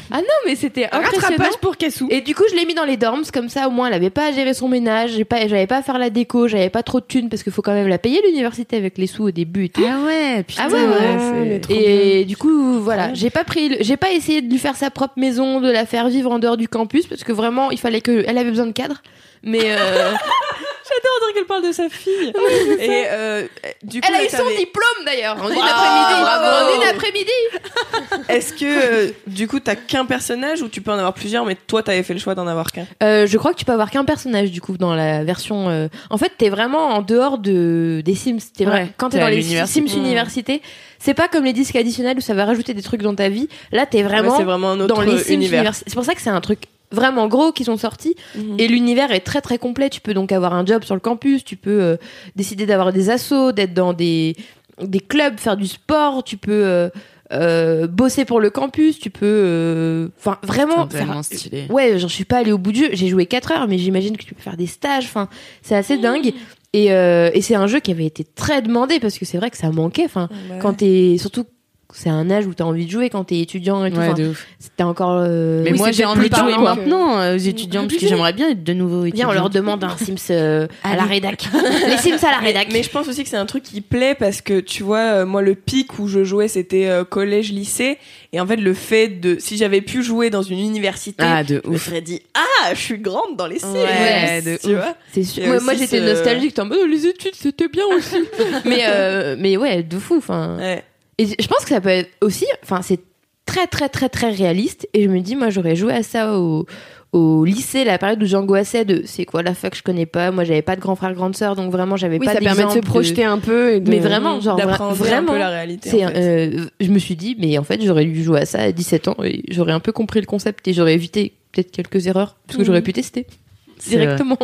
Ah non, mais c'était impressionnant. Rattrapage pour Cassou. Et du coup, je l'ai mis dans les dorms, comme ça, au moins, elle avait pas à gérer son ménage, j'ai pas, j'avais pas à faire la déco, j'avais pas trop de thunes, parce qu'il faut quand même la payer l'université avec les sous au début et tout. Ah ouais, putain. Ah ouais, ouais. ouais, Et du coup, voilà, j'ai pas pris, le- j'ai pas essayé de lui faire sa propre maison, de la faire vivre en dehors du campus, parce que vraiment, il fallait que, elle avait besoin de cadre. Mais euh, J'adore dire qu'elle parle de sa fille. Et euh, du coup, elle a là, eu son t'avais- diplôme d'ailleurs, en une Wow, après-midi. bravo. En une après-midi. Est-ce que euh, du coup t'as qu'un personnage ou tu peux en avoir plusieurs, mais toi t'avais fait le choix d'en avoir qu'un? Euh, je crois que tu peux avoir qu'un personnage du coup dans la version. euh, En fait, t'es vraiment en dehors de des Sims. T'es Ouais, vrai... Quand t'es t'es dans à les l'université. Sims université, c'est pas comme les disques additionnels où ça va rajouter des trucs dans ta vie. Là, t'es vraiment, Ouais, c'est vraiment un autre dans les Sims univers. univers. C'est pour ça que c'est un truc vraiment gros qui sont sortis Mhm. et l'univers est très très complet. Tu peux donc avoir un job sur le campus, tu peux euh, décider d'avoir des assos, d'être dans des des clubs, faire du sport, tu peux euh, euh, bosser pour le campus, tu peux enfin vraiment C'est faire tellement stylé. ouais, j'en suis pas allée au bout du jeu. J'ai joué quatre heures, mais j'imagine que tu peux faire des stages. Enfin, c'est assez dingue. Et, euh, et c'est un jeu qui avait été très demandé parce que c'est vrai que ça manquait. Enfin, Ouais. quand t'es surtout, c'est un âge où t'as envie de jouer quand t'es étudiant et tout. Ouais, Enfin, de ouf. c'était encore. euh, Mais oui, moi, c'est j'ai peut-être envie plus de jouer parlant que- maintenant euh, aux étudiants parce que j'aimerais bien être de nouveau étudiant. Viens, on leur demande un Sims euh, à la rédac. Les Sims à la Mais, rédac. mais je pense aussi que c'est un truc qui plaît parce que tu vois, euh, moi le pic où je jouais c'était euh, collège, lycée, et en fait le fait de, si j'avais pu jouer dans une université, Ah, de je me ouf. serais dit ah je suis grande dans les Sims, Ouais, de tu vois. C'est sûr. Et Moi, aussi moi, j'étais ce- nostalgique. T'es en mode oh, les études, c'était bien aussi. mais euh, mais ouais, de fou. Enfin. Ouais. Et je pense que ça peut être aussi, enfin, c'est très, très, très, très réaliste. Et je me dis, moi, j'aurais joué à ça au, au lycée, la période où j'angoissais de c'est quoi la fac, je connais pas. Moi, j'avais pas de grand frère, grande sœur, donc vraiment, j'avais Oui, pas ça permet de se d'exemple projeter un peu. Et de... Mais vraiment, genre, vra- D'appréhender un vraiment. peu la réalité. C'est, en fait. euh, je me suis dit, mais en fait, j'aurais dû jouer à ça à dix-sept ans et j'aurais un peu compris le concept et j'aurais évité peut-être quelques erreurs parce que Mhm. j'aurais pu tester C'est directement.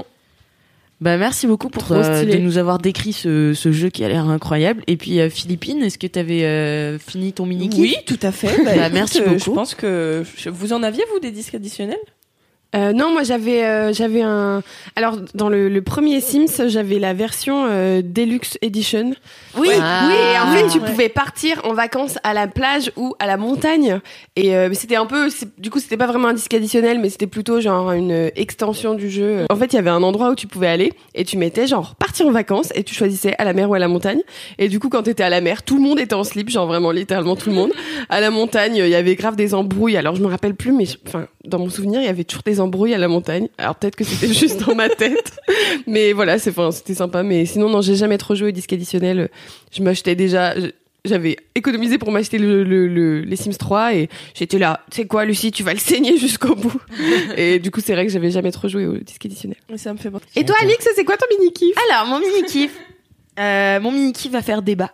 Bah merci beaucoup pour Trop euh, stylé. de nous avoir décrit ce, ce jeu qui a l'air incroyable. Et puis euh, Philippine, est-ce que t'avais euh, fini ton mini kiff? Oui, tout à fait. Bah, Bah, écoute, merci euh, beaucoup. Je pense que vous en aviez vous des disques additionnels? Euh, non, moi j'avais euh, j'avais un. Alors dans le, le premier Sims, j'avais la version euh, Deluxe Edition. Oui, Ah. Oui, et en fait, tu Ouais. pouvais partir en vacances à la plage ou à la montagne. Et euh, mais c'était un peu, c'est- du coup, c'était pas vraiment un disque additionnel, mais c'était plutôt genre une euh, extension du jeu. En fait, il y avait un endroit où tu pouvais aller et tu mettais genre partir en vacances et tu choisissais à la mer ou à la montagne. Et du coup, quand t'étais à la mer, tout le monde était en slip, genre vraiment littéralement tout le monde. À la montagne, il y avait grave des embrouilles. Alors je me rappelle plus, mais je- enfin dans mon souvenir, il y avait toujours des embrouilles à la montagne. Alors peut-être que c'était juste dans ma tête, mais voilà, c'est, enfin, c'était sympa. Mais sinon, non, j'ai jamais trop joué au disque additionnel. Je m'achetais déjà, je- j'avais économisé pour m'acheter le, le, le- les Sims trois et j'étais là, tu sais quoi, Lucie, tu vas le saigner jusqu'au bout. Et du coup, c'est vrai que j'avais jamais trop joué au disque additionnel. Ça me fait penser. Et toi, Alix, c'est quoi ton mini kiff? Alors, mon mini kiff. Euh, mon mini kiff va faire débat.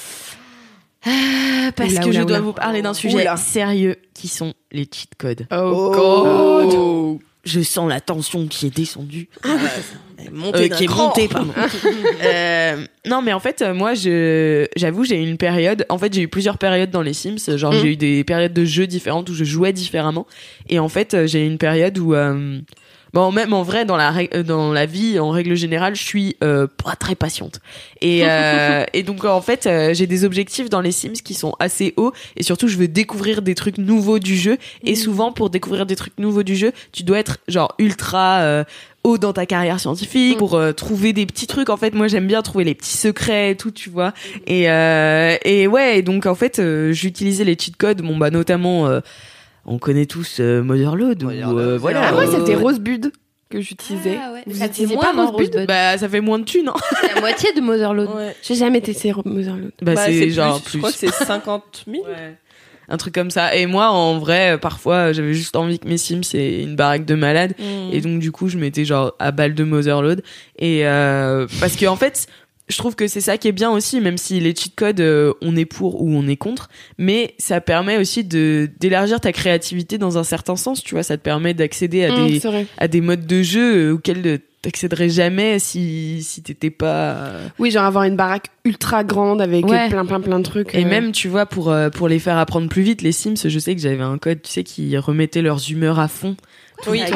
Ah, parce Oula, que oula, je dois oula. vous parler d'un sujet Oula. sérieux qui sont les cheat codes. Oh, God. Je sens la tension qui est descendue. Montée Euh, d'un qui est cran. montée, pardon. Euh, non, mais en fait, euh, moi, je, j'avoue, j'ai eu une période. En fait, j'ai eu plusieurs périodes dans les Sims. Genre, Mm. j'ai eu des périodes de jeux différentes où je jouais différemment. Et en fait, euh, j'ai eu une période où, euh, bon, même en vrai, dans la règle- euh, dans la vie, en règle générale, je suis euh, pas très patiente. Et euh, et donc, en fait, euh, j'ai des objectifs dans les Sims qui sont assez hauts. Et surtout, je veux découvrir des trucs nouveaux du jeu. Et souvent, pour découvrir des trucs nouveaux du jeu, tu dois être genre ultra euh, haut dans ta carrière scientifique pour euh, trouver des petits trucs. En fait, moi, j'aime bien trouver les petits secrets et tout, tu vois. Et euh, et ouais, et donc en fait, euh, j'utilisais les cheat codes, bon bah notamment, euh, on connaît tous euh, Motherload. Ou, euh, voilà. Ah, moi, Euh, c'était Rosebud que j'utilisais. Ah ouais. Vous Ça utilisez fait pas moins, moi, Rosebud? Rosebud. Bah, ça fait moins de thunes, hein. C'est la moitié de Motherload. Ouais. J'ai jamais testé Motherload. Bah, Bah, c'est c'est genre plus, plus. Je crois que c'est cinquante mille. Ouais. Un truc comme ça. Et moi, en vrai, euh, parfois, j'avais juste envie que mes Sims aient une baraque de malade. Mm. Et donc, du coup, je mettais genre à balle de Motherload. Et euh, parce que en fait, je trouve que c'est ça qui est bien aussi, même si les cheat codes, euh, on est pour ou on est contre. Mais ça permet aussi de d'élargir ta créativité dans un certain sens. Tu vois, ça te permet d'accéder à Mmh, des c'est vrai. à des modes de jeu euh, auxquels euh, t'accéderais jamais si si t'étais pas. euh, Oui, genre avoir une baraque ultra grande avec Ouais. plein, plein, plein de trucs. Et euh. même, tu vois, pour, euh, pour les faire apprendre plus vite, les Sims, je sais que j'avais un code, tu sais, qui remettait leurs humeurs à fond. Tout Oui. le temps.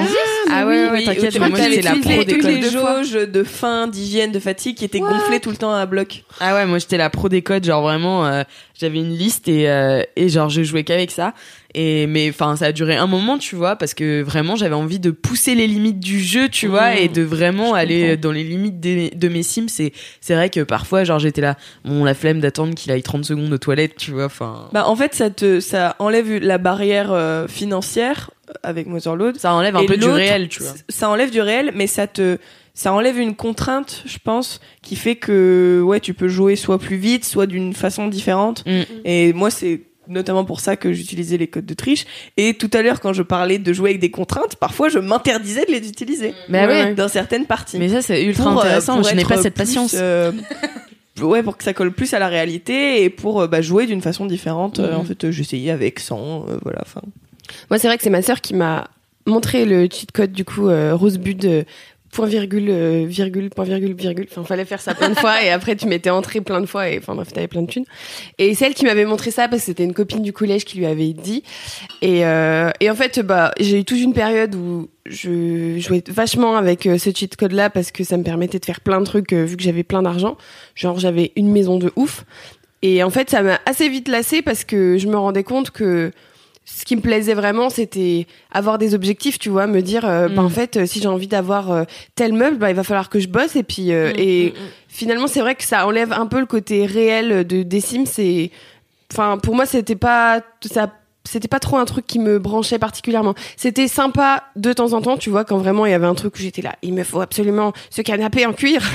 Ah ouais, ouais, t'inquiète, moi t'avais j'étais la toutes pro les, toutes d'école. les jauges de faim, d'hygiène, de fatigue qui étaient gonflées tout le temps à bloc. Ah ouais, moi j'étais la pro des codes, genre vraiment, euh, j'avais une liste et euh, et genre je jouais qu'avec ça. Et mais enfin ça a duré un moment, tu vois, parce que vraiment j'avais envie de pousser les limites du jeu, tu vois, Mmh, et de vraiment je aller comprends. dans les limites des, de mes Sims. C'est c'est vrai que parfois genre j'étais là, bon la flemme d'attendre qu'il aille trente secondes aux toilettes, tu vois, enfin. Bah en fait ça te ça enlève la barrière euh, financière avec Motherload. Ça enlève un Et peu du l'autre, réel, tu vois. Ça enlève du réel, mais ça te ça enlève une contrainte, je pense, qui fait que ouais tu peux jouer soit plus vite, soit d'une façon différente. Mm. Et moi c'est notamment pour ça que j'utilisais les codes de triche. Et tout à l'heure, quand je parlais de jouer avec des contraintes, parfois je m'interdisais de les utiliser. Bah ouais. Dans certaines parties. Mais ça c'est ultra Pour, euh, intéressant. pour Je n'ai être pas cette plus, patience. euh, ouais, pour que ça colle plus à la réalité et pour euh, bah, jouer d'une façon différente. Euh, Mhm. en fait, euh, j'essayais avec, sans, euh, voilà. Enfin. Moi, c'est vrai que c'est ma sœur qui m'a montré le cheat code du coup euh, Rosebud euh, point virgule euh, virgule point virgule virgule. Enfin, fallait faire ça plein de fois et après tu mettais entrée plein de fois et enfin bref, t'avais plein de thunes. Et c'est elle qui m'avait montré ça parce que c'était une copine du collège qui lui avait dit. Et euh, et en fait, bah j'ai eu toute une période où je jouais vachement avec euh, ce cheat code là parce que ça me permettait de faire plein de trucs euh, vu que j'avais plein d'argent. Genre j'avais une maison de ouf. Et en fait, ça m'a assez vite lassée parce que je me rendais compte que ce qui me plaisait vraiment, c'était avoir des objectifs, tu vois, me dire, euh, Mm. bah, en fait, euh, si j'ai envie d'avoir euh, tel meuble, bah, il va falloir que je bosse. Et puis, euh, Mm, et mm, mm. finalement, c'est vrai que ça enlève un peu le côté réel de des Sims. Et enfin, pour moi, c'était pas ça. C'était pas trop un truc qui me branchait particulièrement. C'était sympa de temps en temps, tu vois, quand vraiment il y avait un truc où j'étais là, il me faut absolument ce canapé en cuir.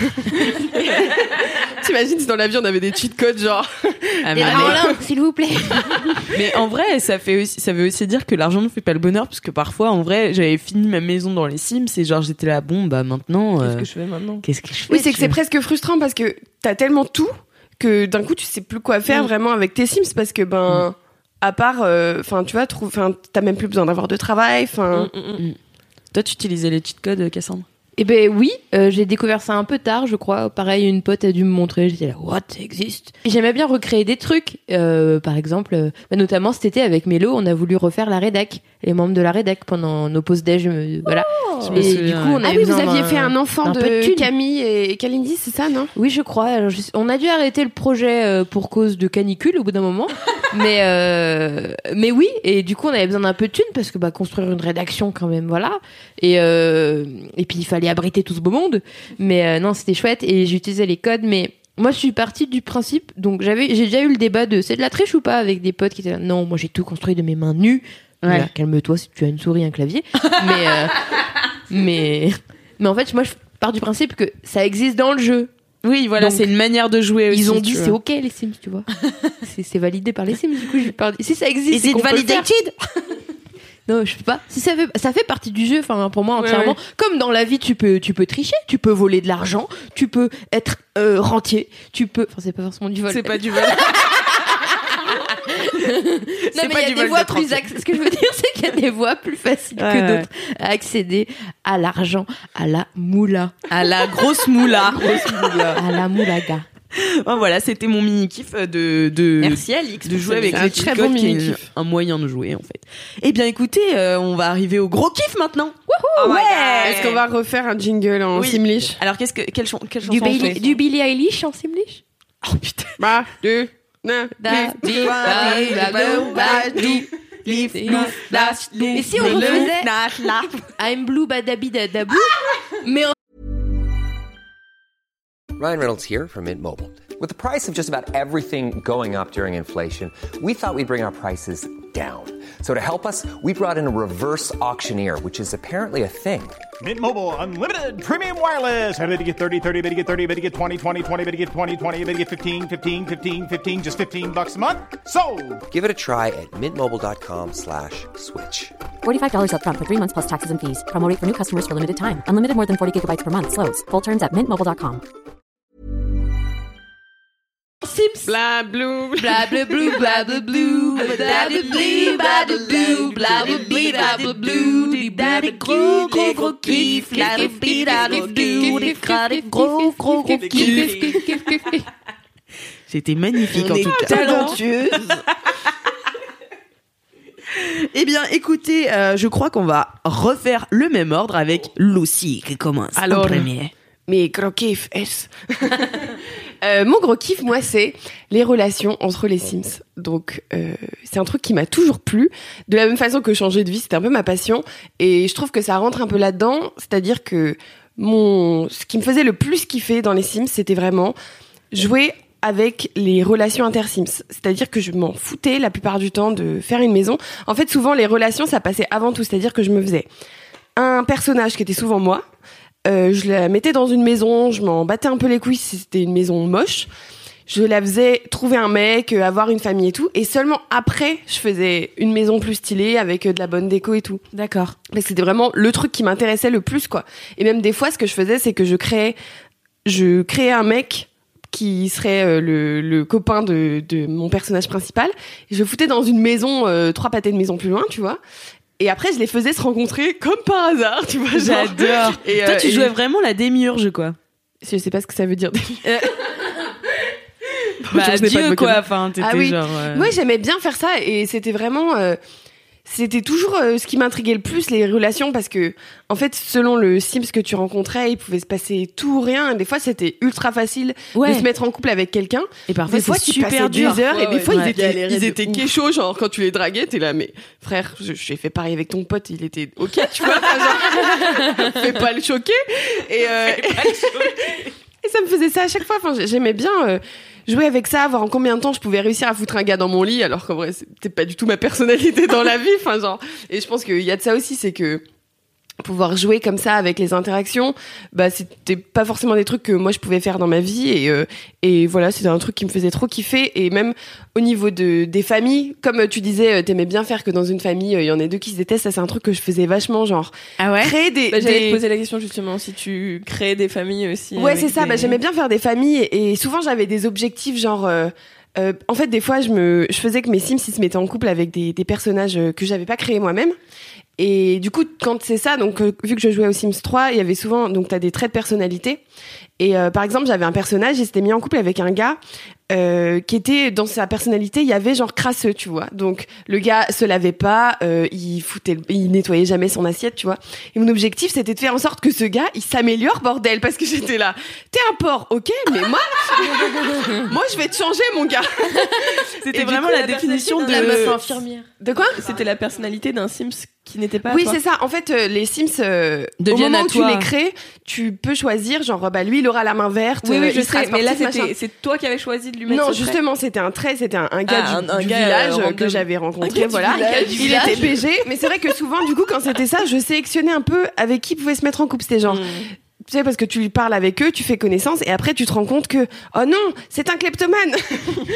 T'imagines si dans la vie on avait des cheat codes genre. Ah, Et mais, là, s'il vous plaît. mais en vrai, ça fait aussi, ça veut aussi dire que l'argent ne fait pas le bonheur, parce que parfois, en vrai, j'avais fini ma maison dans les Sims et genre j'étais là, bon bah maintenant, Qu'est-ce euh, que je fais maintenant? qu'est-ce que je fais Oui, c'est que tu c'est vois. presque frustrant parce que t'as tellement tout que d'un coup tu sais plus quoi faire Mm. vraiment avec tes Sims parce que ben à part enfin tu vois trouve enfin t'as même plus besoin d'avoir de travail enfin Mm, mm, mm. Toi, tu utilisais les cheat codes, Cassandre? Eh ben oui, euh, j'ai découvert ça un peu tard, je crois. Pareil, une pote a dû me montrer. J'étais là, what, ça existe. Et j'aimais bien recréer des trucs. Euh, par exemple, euh, bah, notamment cet été avec Mélo, on a voulu refaire la rédac, les membres de la rédac pendant nos pauses déj. euh, voilà. Je me Et souviens, du coup, on ouais. ah avait oui vous besoin aviez d'un- fait un enfant d'un peu de de thunes. Camille et Kalindi c'est ça non Oui, je crois. Alors, je- on a dû arrêter le projet euh, pour cause de canicule au bout d'un moment. mais euh, mais oui, et du coup, on avait besoin d'un peu de thunes parce que bah construire une rédaction quand même, voilà. Et euh, et puis il fallait abriter tout ce beau monde. Mais euh, non, c'était chouette et j'utilisais les codes. Mais moi, je suis partie du principe. Donc j'avais, j'ai déjà eu le débat de c'est de la triche ou pas avec des potes qui étaient là. Non, moi j'ai tout construit de mes mains nues. Ouais. Voilà, calme-toi si tu as une souris, un clavier. mais euh, mais mais en fait, moi je pars du principe que ça existe dans le jeu. Oui, voilà, Donc, c'est une manière de jouer aussi. Ils ont tu dit vois. c'est ok les Sims, tu vois. c'est, c'est validé par les Sims, du coup je pars. Si ça existe, c'est qu'on peut le faire. Non, je sais pas. Si ça fait, ça fait partie du jeu. Enfin, pour moi entièrement. ouais. Comme dans la vie, tu peux, tu peux tricher, tu peux voler de l'argent, tu peux être euh, rentier, tu peux. Enfin, c'est pas forcément du vol. C'est pas du vol. Non, c'est mais pas il y a du des vol voies d'être plus. rentier. acc- Ce que je veux dire, c'est qu'il y a des voies plus faciles Ouais, que ouais. d'autres à accéder à l'argent, à la moula, À la grosse moula. à la moulaga. Oh, voilà, c'était mon mini kiff de de Merci Alix de jouer avec c'est les un cheat très codes, bon qui est mini-kiff. un moyen de jouer en fait. Eh bien, écoutez, euh, on va arriver au gros kiff maintenant. Oh my Ouais. God. Est-ce qu'on va refaire un jingle en Oui. Simlish Alors, qu'est-ce que quelle, chan- quelle chanson Du, on Bailey- fait du Billie Eilish en Simlish. Oh putain. bah deux na, Da- dix, bi- ba- ba- ba- ba- di- Live, Et love, dash, Et si on live, refaisait dash, laugh. I'm blue badabi dadabou, mais en Ryan Reynolds here from Mint Mobile. With the price of just about everything going up during inflation, we thought we'd bring our prices down. So to help us, we brought in a reverse auctioneer, which is apparently a thing. Mint Mobile Unlimited Premium Wireless. How to get thirty, thirty, how to get thirty, how to get twenty, twenty, twenty, how to get twenty, twenty, how to get fifteen, fifteen, fifteen, fifteen, just fifteen bucks a month? Sold! Give it a try at mintmobile.com slash switch. forty-five dollars up front for three months plus taxes and fees. Promo rate for new customers for limited time. Unlimited more than forty gigabytes per month. Slows full terms at mint mobile dot com. Sims. bla blue Bla bla blue, bla bla blue, bla bla blue, bla bla blue, bla bla blue, bla bla blue, des bla des gros gros gros kiff, la des bla des blue, des gros gros gros gros kiff. C'était magnifique On en est tout cas. talentueuse. Eh bien, écoutez, euh, je crois qu'on va refaire le même ordre avec Lucie qui commence Alors, en premier. Mes gros kiff est euh, mon gros kiff, moi, c'est les relations entre les Sims. Donc, euh, c'est un truc qui m'a toujours plu. De la même façon que changer de vie, c'était un peu ma passion. Et je trouve que ça rentre un peu là-dedans. C'est-à-dire que mon, ce qui me faisait le plus kiffer dans les Sims, c'était vraiment jouer avec les relations inter-Sims. C'est-à-dire que je m'en foutais la plupart du temps de faire une maison. En fait, souvent, les relations, ça passait avant tout. C'est-à-dire que je me faisais un personnage qui était souvent moi. Euh, je la mettais dans une maison, je m'en battais un peu les couilles si c'était une maison moche. Je la faisais trouver un mec, euh, avoir une famille et tout. Et seulement après, je faisais une maison plus stylée avec euh, de la bonne déco et tout. D'accord. Mais c'était vraiment le truc qui m'intéressait le plus, quoi. Et même des fois, ce que je faisais, c'est que je créais, je créais un mec qui serait euh, le, le copain de, de mon personnage principal. Et je le foutais dans une maison, euh, trois pâtés de maison plus loin, tu vois. Et après, je les faisais se rencontrer comme par hasard, tu vois. Genre. J'adore. Et, Toi, euh, tu et... jouais vraiment la démiurge, quoi. Je sais pas ce que ça veut dire. Euh... bon, bah, Dieu, quoi. Vocabulaire. Enfin, t'étais ah, oui. genre... Euh... Moi, j'aimais bien faire ça. Et c'était vraiment... Euh... C'était toujours euh, ce qui m'intriguait le plus, les relations, parce que, en fait, selon le Sims que tu rencontrais, il pouvait se passer tout ou rien. Des fois, c'était ultra facile ouais. de se mettre en couple avec quelqu'un. Et parfois, des fois, c'est tu super passais dur. des heures, ouais, et des ouais, fois, ouais. ils étaient, Ouais. ils étaient kéchos, genre, quand tu les draguais, t'es là, mais frère, je- j'ai fait pareil avec ton pote, il était ok, tu vois, genre, fais pas le choquer. Et, euh, et ça me faisait ça à chaque fois. Enfin, j'aimais bien euh, jouer avec ça, voir en combien de temps je pouvais réussir à foutre un gars dans mon lit, alors qu'en vrai, c'était pas du tout ma personnalité dans la vie. Enfin, genre, et je pense qu'il y a de ça aussi, c'est que pouvoir jouer comme ça avec les interactions, bah c'était pas forcément des trucs que moi je pouvais faire dans ma vie, et euh, et voilà, c'était un truc qui me faisait trop kiffer. Et même au niveau de des familles, comme tu disais, t'aimais bien faire que dans une famille il y en a deux qui se détestent, ça c'est un truc que je faisais vachement, genre ah ouais créer des, bah, j'allais des... te poser la question justement si tu crées des familles aussi. ouais avec c'est ça, des... bah j'aimais bien faire des familles, et, et souvent j'avais des objectifs genre euh, euh, en fait des fois je me je faisais que mes Sims ils se mettaient en couple avec des des personnages que j'avais pas créés moi-même. Et du coup, quand c'est ça, donc euh, vu que je jouais aux Sims trois, il y avait souvent, donc t'as des traits de personnalité. Et euh, par exemple, j'avais un personnage, il s'était mis en couple avec un gars euh, qui était, dans sa personnalité, il y avait genre crasseux, tu vois. Donc le gars se lavait pas, euh, il foutait, il nettoyait jamais son assiette, tu vois. Et mon objectif, c'était de faire en sorte que ce gars, il s'améliore, bordel, parce que j'étais là. T'es un porc, ok, mais moi, moi, je vais te changer, mon gars. C'était Et du vraiment coup, la, la définition de La meuf infirmière. De quoi? C'était la personnalité d'un Sims qui n'était pas. Oui, à toi. c'est ça. En fait, euh, les Sims, euh, au Deviennent moment à où tu toi. les crées, tu peux choisir, genre, bah lui, il aura la main verte. Oui, oui, euh, je il sera sais. Mais là, sportif, c'était, machin. c'est toi qui avais choisi de lui mettre. Non, ce trait. justement, c'était un trait, c'était un, un gars Ah, du, un- un du gars, village euh, euh, que random. j'avais Un rencontré, gars du voilà. village, du il village. était P G, mais c'est vrai que souvent, du coup, quand c'était ça, je sélectionnais un peu avec qui pouvait se mettre en couple. C'était genre, Mm. tu sais, parce que tu parles avec eux, tu fais connaissance, et après, tu te rends compte que, oh non, c'est un kleptomane. Et du coup,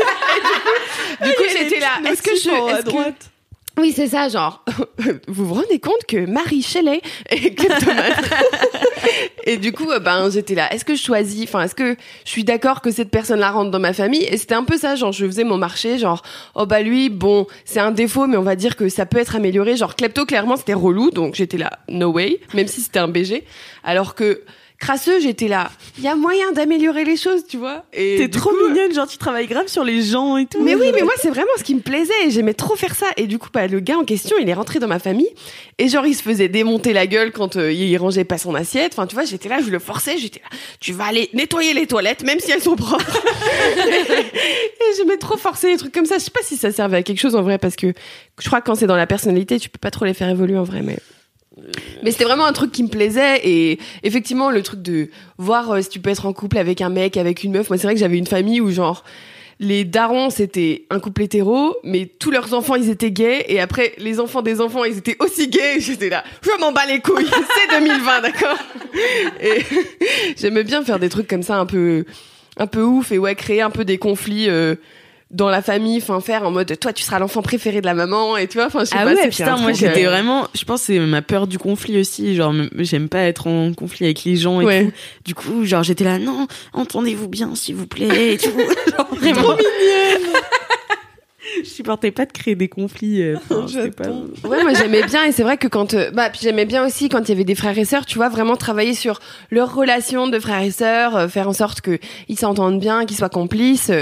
du coup, j'étais là. Est-ce que je, à est-ce que- droite. Oui, c'est ça, genre, vous vous rendez compte que Marie Shelley est kleptomane. Et du coup, euh, ben, j'étais là, est-ce que je choisis, enfin, est-ce que je suis d'accord que cette personne-là rentre dans ma famille? Et c'était un peu ça, genre, je faisais mon marché, genre, oh bah lui, bon, c'est un défaut, mais on va dire que ça peut être amélioré. Genre, klepto, clairement, c'était relou, donc j'étais là, no way, même si c'était un B G. Alors que, crasseux, j'étais là, il y a moyen d'améliorer les choses, tu vois. Et T'es du trop coup, mignonne, genre tu travailles grave sur les gens et tout. mais oui, mais moi, c'est vraiment ce qui me plaisait. Et j'aimais trop faire ça. Et du coup, bah, le gars en question, il est rentré dans ma famille. Et genre, il se faisait démonter la gueule quand euh, il rangeait pas son assiette. Enfin, tu vois, j'étais là, je le forçais. J'étais là, tu vas aller nettoyer les toilettes, même si elles sont propres. Et j'aimais trop forcer les trucs comme ça. Je sais pas si ça servait à quelque chose en vrai, parce que je crois que quand c'est dans la personnalité, tu peux pas trop les faire évoluer en vrai, mais... Mais c'était vraiment un truc qui me plaisait, et effectivement le truc de voir euh, si tu peux être en couple avec un mec, avec une meuf. Moi c'est vrai que j'avais une famille où genre les darons c'était un couple hétéro, mais tous leurs enfants ils étaient gays, et après les enfants des enfants ils étaient aussi gays, et j'étais là, je m'en bats les couilles, c'est deux mille vingt, d'accord. Et j'aimais bien faire des trucs comme ça un peu un peu ouf, et ouais, créer un peu des conflits euh, dans la famille, enfin faire en mode toi tu seras l'enfant préféré de la maman, et tu vois, enfin je sais Ah pas, ouais, c'était putain, un moi truc, j'étais euh, vraiment, je pense que c'est ma peur du conflit aussi, genre m- j'aime pas être en conflit avec les gens et Ouais. tout. Du coup, genre j'étais là, non, entendez-vous bien s'il vous plaît et tout. Genre vraiment. trop mignonne. Je supportais pas de créer des conflits. euh, enfin, c'était pas... Ouais, moi j'aimais bien, et c'est vrai que quand euh, bah puis j'aimais bien aussi quand il y avait des frères et sœurs, tu vois, vraiment travailler sur leur relation de frères et sœurs, euh, faire en sorte que ils s'entendent bien, qu'ils soient complices, euh,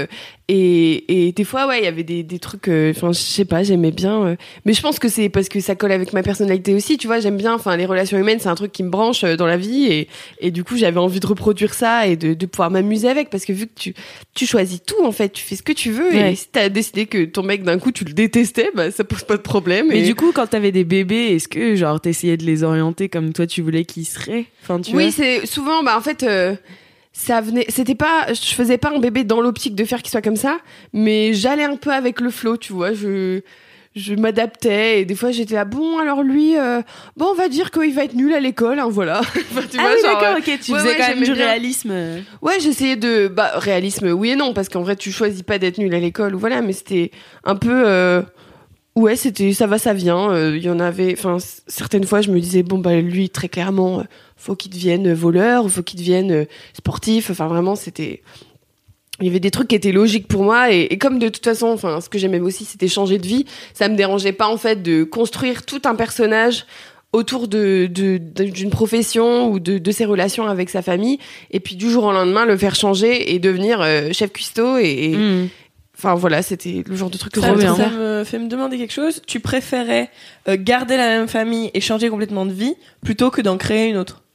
Et, et des fois, ouais, il y avait des, des trucs, enfin, euh, je sais pas, j'aimais bien. Euh, mais je pense que c'est parce que ça colle avec ma personnalité aussi, tu vois. J'aime bien, enfin, les relations humaines, c'est un truc qui me branche euh, dans la vie. Et, et du coup, j'avais envie de reproduire ça et de, de pouvoir m'amuser avec. Parce que vu que tu, tu choisis tout, en fait, tu fais ce que tu veux. Ouais. Et si t'as décidé que ton mec, d'un coup, tu le détestais, bah, ça pose pas de problème. Mais et... du coup, quand t'avais des bébés, est-ce que, genre, t'essayais de les orienter comme toi, tu voulais qu'ils seraient? Enfin, tu oui, vois c'est souvent, bah, en fait, euh, ça venait, c'était pas, je faisais pas un bébé dans l'optique de faire qu'il soit comme ça, mais j'allais un peu avec le flow, tu vois, je, je m'adaptais et des fois j'étais là, bon, alors lui, euh, bon, on va dire qu'il va être nul à l'école, hein, voilà. Enfin, tu ah vois, oui, genre, d'accord, ok, tu ouais, faisais ouais, quand même du bien. réalisme. Ouais, j'essayais de, bah, réalisme, oui et non, parce qu'en vrai, tu choisis pas d'être nul à l'école ou voilà, mais c'était un peu, euh, ouais, c'était, ça va, ça vient, il euh, y en avait, enfin, certaines fois, je me disais, bon, bah, lui, très clairement, euh, faut qu'il devienne voleur, faut qu'il devienne euh, sportif, enfin, vraiment, c'était, il y avait des trucs qui étaient logiques pour moi, et, et comme de toute façon, enfin, ce que j'aimais aussi, c'était changer de vie, ça me dérangeait pas, en fait, de construire tout un personnage autour de, de, de d'une profession ou de, de ses relations avec sa famille, et puis du jour au lendemain, le faire changer et devenir euh, chef cuistot, et, et mmh. Enfin voilà, c'était le genre de truc que ça, j'aimais ça faire. me fait me demander quelque chose. Tu préférais euh, garder la même famille et changer complètement de vie plutôt que d'en créer une autre?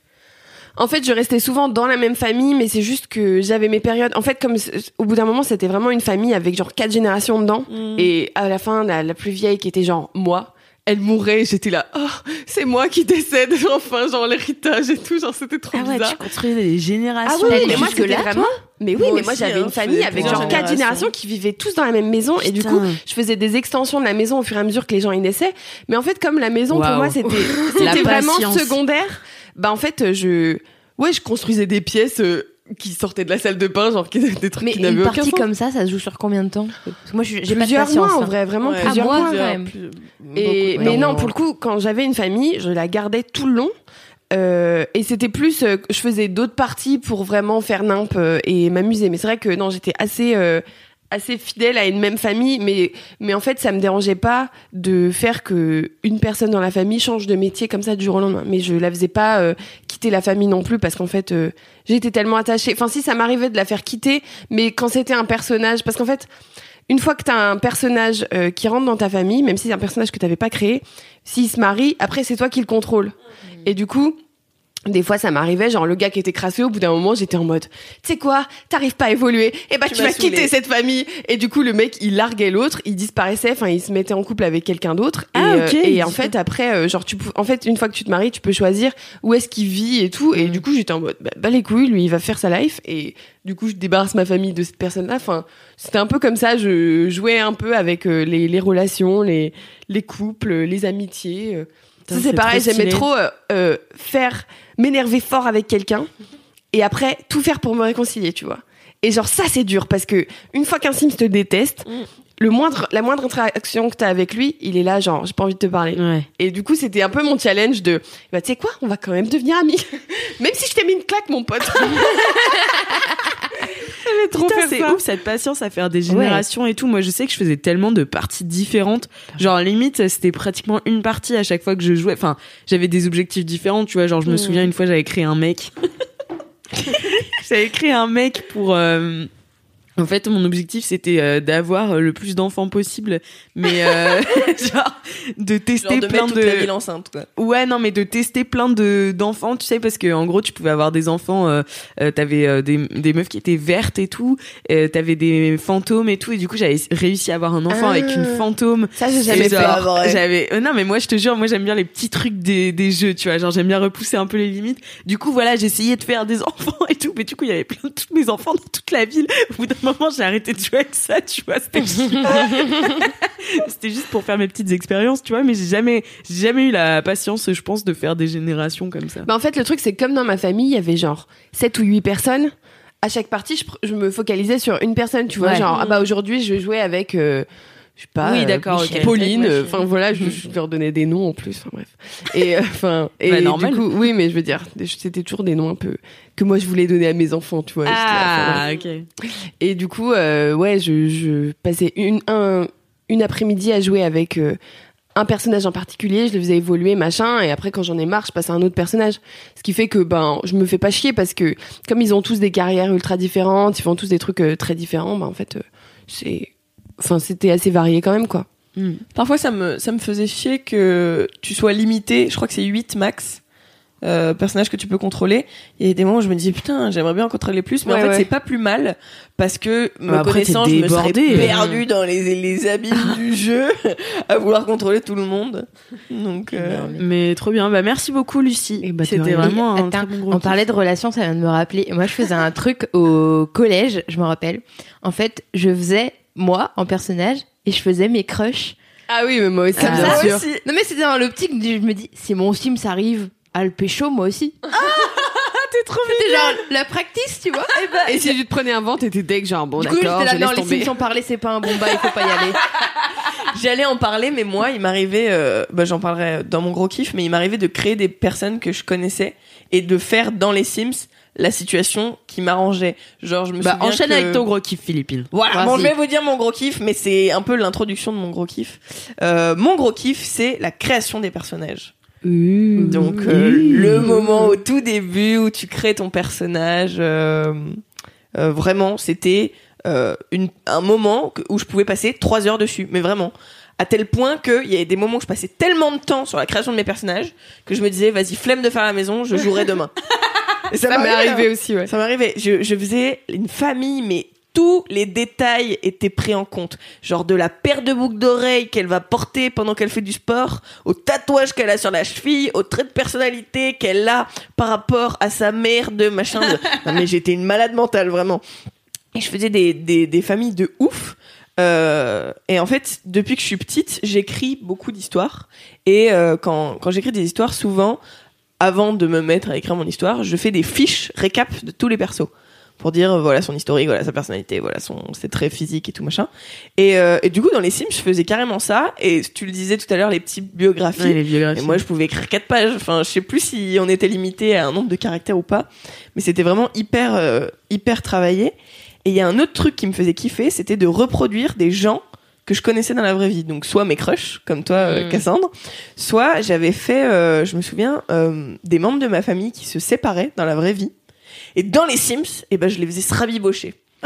En fait, je restais souvent dans la même famille, mais c'est juste que j'avais mes périodes. En fait, comme au bout d'un moment, c'était vraiment une famille avec genre quatre générations dedans. Mmh. Et à la fin, la, la plus vieille qui était genre moi, elle mourait, j'étais là, oh, c'est moi qui décède, enfin, genre l'héritage et tout, genre c'était trop ah ouais, bizarre. Tu construisais des générations. Ah oui, mais moi c'était vraiment. Mais oui, moi mais moi aussi, j'avais hein, une famille avec genre quatre générations qui vivaient tous dans la même maison. Putain. Et du coup, je faisais des extensions de la maison au fur et à mesure que les gens y naissaient. Mais en fait, comme la maison wow. pour moi c'était, c'était vraiment secondaire, bah en fait, je, ouais, je construisais des pièces. Euh, qui sortaient de la salle de bain, genre qui des trucs mais qui n'avaient aucun sens. Mais une partie comme ça, ça se joue sur combien de temps? Parce que moi, j'ai plusieurs pas de patience, mois en hein. vrai, vraiment ouais. plusieurs ah, mois. Quand même. Plus, et mais non, pour le coup, quand j'avais une famille, je la gardais tout le long. Euh, et c'était plus, euh, je faisais d'autres parties pour vraiment faire nimp euh, et m'amuser. Mais c'est vrai que non, j'étais assez euh, assez fidèle à une même famille, mais mais en fait ça me dérangeait pas de faire que une personne dans la famille change de métier comme ça du jour au lendemain, mais je la faisais pas euh, quitter la famille non plus parce qu'en fait euh, j'étais tellement attachée, enfin si ça m'arrivait de la faire quitter, mais quand c'était un personnage, parce qu'en fait une fois que t'as un personnage euh, qui rentre dans ta famille, même si c'est un personnage que t'avais pas créé, s'il se marie, après c'est toi qui le contrôle. Mmh. Et du coup des fois, ça m'arrivait, genre le gars qui était crasseux, au bout d'un moment, j'étais en mode, tu sais quoi, t'arrives pas à évoluer, et bah tu, tu vas saoulé. quitter cette famille. Et du coup, le mec, il larguait l'autre, il disparaissait, enfin, il se mettait en couple avec quelqu'un d'autre. Ah, et, ok. Euh, et en fait, après, euh, genre, tu, en fait, une fois que tu te maries, tu peux choisir où est-ce qu'il vit et tout. Et mmh. du coup, j'étais en mode, bah, bah les couilles, lui, il va faire sa life. Et du coup, je débarrasse ma famille de cette personne-là. Enfin, c'était un peu comme ça. Je jouais un peu avec euh, les, les relations, les, les couples, les amitiés. Euh. Ça, c'est, c'est pareil, j'aimais trop euh, euh, faire m'énerver fort avec quelqu'un et après tout faire pour me réconcilier, tu vois. Et genre ça c'est dur parce que une fois qu'un Sims te déteste, mm. le moindre la moindre interaction que t'as avec lui, il est là genre j'ai pas envie de te parler. Ouais. Et du coup c'était un peu mon challenge de bah tu sais quoi, on va quand même devenir amis, même si je t'ai mis une claque mon pote. Trop Putain, c'est ça. Ouf cette patience à faire des générations ouais. et tout. Moi je sais que je faisais tellement de parties différentes, genre limite c'était pratiquement une partie à chaque fois que je jouais, enfin j'avais des objectifs différents, tu vois, genre je me mmh. souviens une fois j'avais créé un mec j'avais créé un mec pour euh... en fait, mon objectif, c'était euh, d'avoir le plus d'enfants possible, mais euh, genre de tester genre de plein mettre de toute la ville enceinte, quoi. Ouais, non, mais de tester plein de d'enfants, tu sais, parce que en gros, tu pouvais avoir des enfants, euh, euh, t'avais euh, des des meufs qui étaient vertes et tout, euh, t'avais des fantômes et tout, et du coup, j'avais réussi à avoir un enfant ah, avec une fantôme. Ça, j'ai jamais fait. Genre, j'avais, euh, non, mais moi, je te jure, moi, j'aime bien les petits trucs des des jeux, tu vois, genre j'aime bien repousser un peu les limites. Du coup, voilà, j'essayais de faire des enfants et tout, mais du coup, il y avait plein de tous mes enfants dans toute la ville. Au bout d'un moment, j'ai arrêté de jouer avec ça, tu vois, c'était juste... c'était juste pour faire mes petites expériences, tu vois, mais j'ai jamais, j'ai jamais eu la patience, je pense, de faire des générations comme ça. Bah en fait, le truc, c'est que comme dans ma famille, il y avait genre sept ou huit personnes, à chaque partie, je, je me focalisais sur une personne, tu vois, ouais. genre, ah bah aujourd'hui, je vais jouer avec... Euh, je sais pas, oui, d'accord, euh, okay. Pauline, enfin euh, voilà, je, je leur donnais des noms en plus, enfin bref. Et enfin, euh, et bah, normal. Du coup, oui, mais je veux dire, c'était toujours des noms un peu que moi je voulais donner à mes enfants, tu vois. Ah, là, ok. Et du coup, euh, ouais, je, je passais une un, une après-midi à jouer avec euh, un personnage en particulier, je le faisais évoluer, machin, et après quand j'en ai marre, je passe à un autre personnage. Ce qui fait que ben je me fais pas chier parce que comme ils ont tous des carrières ultra différentes, ils font tous des trucs euh, très différents, ben en fait euh, c'est, enfin c'était assez varié quand même quoi. Mm. Parfois ça me ça me faisait chier que tu sois limité, je crois que c'est huit max. Euh, personnages que tu peux contrôler. Il y a des moments où je me dis putain j'aimerais bien en contrôler plus, mais ouais, en fait ouais. c'est pas plus mal parce que me après, connaissant je me serais perdu dans les les abîmes du jeu à vouloir contrôler tout le monde. Donc euh... mais trop bien. Bah merci beaucoup Lucie. Bah, c'était vraiment un attends, très bon gros on parlait de relations, ça vient de me rappeler. Moi je faisais un truc au collège, je me rappelle. En fait, je faisais moi en personnage et je faisais mes crushs. Ah oui, mais moi aussi, ah, bien moi sûr. Aussi. Non mais c'était dans l'optique où je me dis si mon Sims arrive à le pécho, moi aussi. Ah, t'es trop C'était mignon. Genre la practice, tu vois. Et, bah, et si tu te prenais un vent, t'étais deg, genre bon, du d'accord, coup, j'étais là, je non, laisse les tomber. Sims ont parlé, c'est pas un bon bail, il faut pas y aller. J'allais en parler, mais moi, il m'arrivait, euh, bah, j'en parlerai dans mon gros kiff, mais il m'arrivait de créer des personnes que je connaissais et de faire dans les Sims la situation qui m'arrangeait. Genre, je me bah, souviens enchaîne que... avec ton gros kiff, Philippine. Voilà, bon, je vais vous dire mon gros kiff, mais c'est un peu l'introduction de mon gros kiff. Euh, mon gros kiff, c'est la création des personnages. Mmh. Donc euh, mmh. le moment au tout début où tu crées ton personnage, euh, euh, vraiment c'était euh, une, un moment où je pouvais passer trois heures dessus, mais vraiment à tel point qu'il y avait des moments où je passais tellement de temps sur la création de mes personnages que je me disais vas-y flemme de faire à la maison, je jouerai demain. Et ça, ça m'est arrivé aussi, ouais. Ça m'est arrivé. Je, je faisais une famille, mais tous les détails étaient pris en compte. Genre de la paire de boucles d'oreilles qu'elle va porter pendant qu'elle fait du sport, au tatouage qu'elle a sur la cheville, au trait de personnalité qu'elle a par rapport à sa mère de machin. De... Non mais j'étais une malade mentale, vraiment. Et je faisais des, des, des familles de ouf. Euh, et en fait, depuis que je suis petite, j'écris beaucoup d'histoires. Et euh, quand, quand j'écris des histoires, souvent, avant de me mettre à écrire mon histoire, je fais des fiches récap de tous les persos. Pour dire voilà son historique, voilà sa personnalité, voilà son ses traits physiques et tout machin. Et, euh, et du coup dans les Sims je faisais carrément ça. Et tu le disais tout à l'heure, les petites biographies. Ouais, les biographies. Et moi je pouvais écrire quatre pages. Enfin je sais plus si on était limité à un nombre de caractères ou pas, mais c'était vraiment hyper euh, hyper travaillé. Et il y a un autre truc qui me faisait kiffer, c'était de reproduire des gens que je connaissais dans la vraie vie. Donc soit mes crushs comme toi euh, mmh. Cassandre, soit j'avais fait, euh, je me souviens, euh, des membres de ma famille qui se séparaient dans la vraie vie. Et dans les Sims, eh ben, je les faisais se rabibocher. Oh,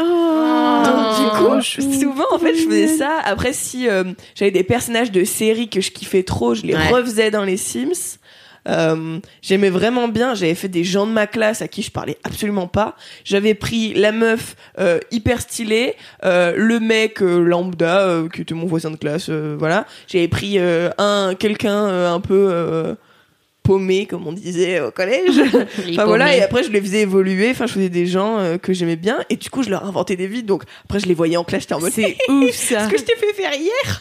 donc du coup, oh, souvent en fait, je faisais ça. Après, si euh, j'avais des personnages de séries que je kiffais trop, je les ouais. refaisais dans les Sims. Euh, j'aimais vraiment bien. J'avais fait des gens de ma classe à qui je parlais absolument pas. J'avais pris la meuf euh, hyper stylée, euh, le mec euh, lambda euh, qui était mon voisin de classe. Euh, voilà. J'avais pris euh, un quelqu'un euh, un peu euh, paumé comme on disait au collège. Enfin voilà, et après je les faisais évoluer, enfin je faisais des gens euh, que j'aimais bien et du coup je leur inventais des vies, donc après je les voyais en clash, j'étais en mode c'est ouf ça. Ce que je t'ai fait faire hier.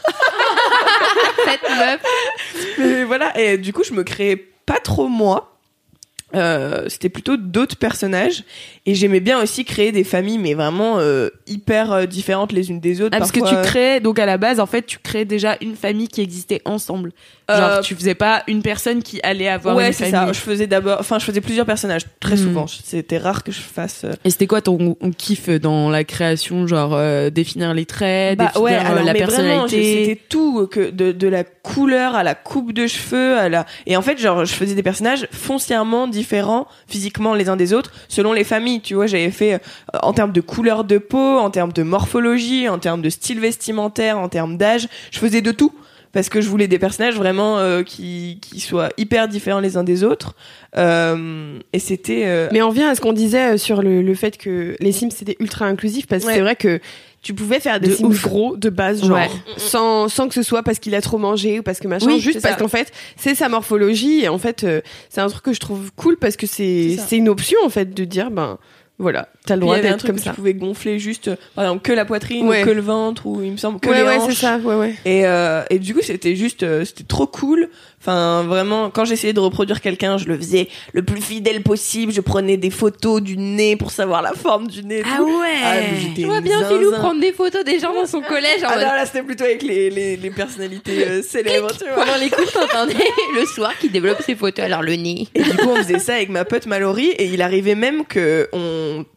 Cette meuf. Mais voilà, et du coup je me créais pas trop moi. Euh, c'était plutôt d'autres personnages et j'aimais bien aussi créer des familles mais vraiment euh, hyper euh, différentes les unes des autres. Ah, parce parfois... que tu crées donc à la base en fait tu crées déjà une famille qui existait ensemble. Genre euh... tu faisais pas une personne qui allait avoir ouais, une c'est famille. ça. Je faisais d'abord, enfin je faisais plusieurs personnages très mmh. souvent. C'était rare que je fasse. Euh... Et c'était quoi ton kiff dans la création, genre euh, définir les traits, bah, définir ouais, alors, la mais personnalité. Vraiment, c'était tout que de de la couleur à la coupe de cheveux à la et en fait genre je faisais des personnages foncièrement différents physiquement les uns des autres selon les familles, tu vois. J'avais fait euh, en termes de couleur de peau, en termes de morphologie, en termes de style vestimentaire, en termes d'âge, je faisais de tout parce que je voulais des personnages vraiment euh, qui qui soient hyper différents les uns des autres. Euh, et c'était euh... mais on revient à ce qu'on disait sur le le fait que les Sims c'était ultra inclusif parce que ouais. c'est vrai que tu pouvais faire des de Sims ouf. gros de base genre ouais. sans sans que ce soit parce qu'il a trop mangé ou parce que machin, oui, juste parce ça. qu'en fait c'est sa morphologie et en fait euh, c'est un truc que je trouve cool parce que c'est c'est, c'est une option en fait de dire ben voilà, t'as le droit d'être comme ça. Tu pouvais gonfler juste, par exemple, que la poitrine ouais. ou que le ventre ou il me semble que ouais, les ouais, hanches. c'est ça, ouais, ouais. Et euh, et du coup c'était juste, euh, c'était trop cool. Enfin vraiment, quand j'essayais de reproduire quelqu'un, je le faisais le plus fidèle possible. Je prenais des photos du nez pour savoir la forme du nez. Ah ouais. Ah, je vois bien Philou prendre des photos des gens dans son collège. En ah mode... non, là c'était plutôt avec les les, les personnalités euh, célèbres. Tu vois. Pendant les cours, t'entendais le soir qui développe ses photos. Alors le nez. Et du coup on faisait ça avec ma pote Mallory et il arrivait même que on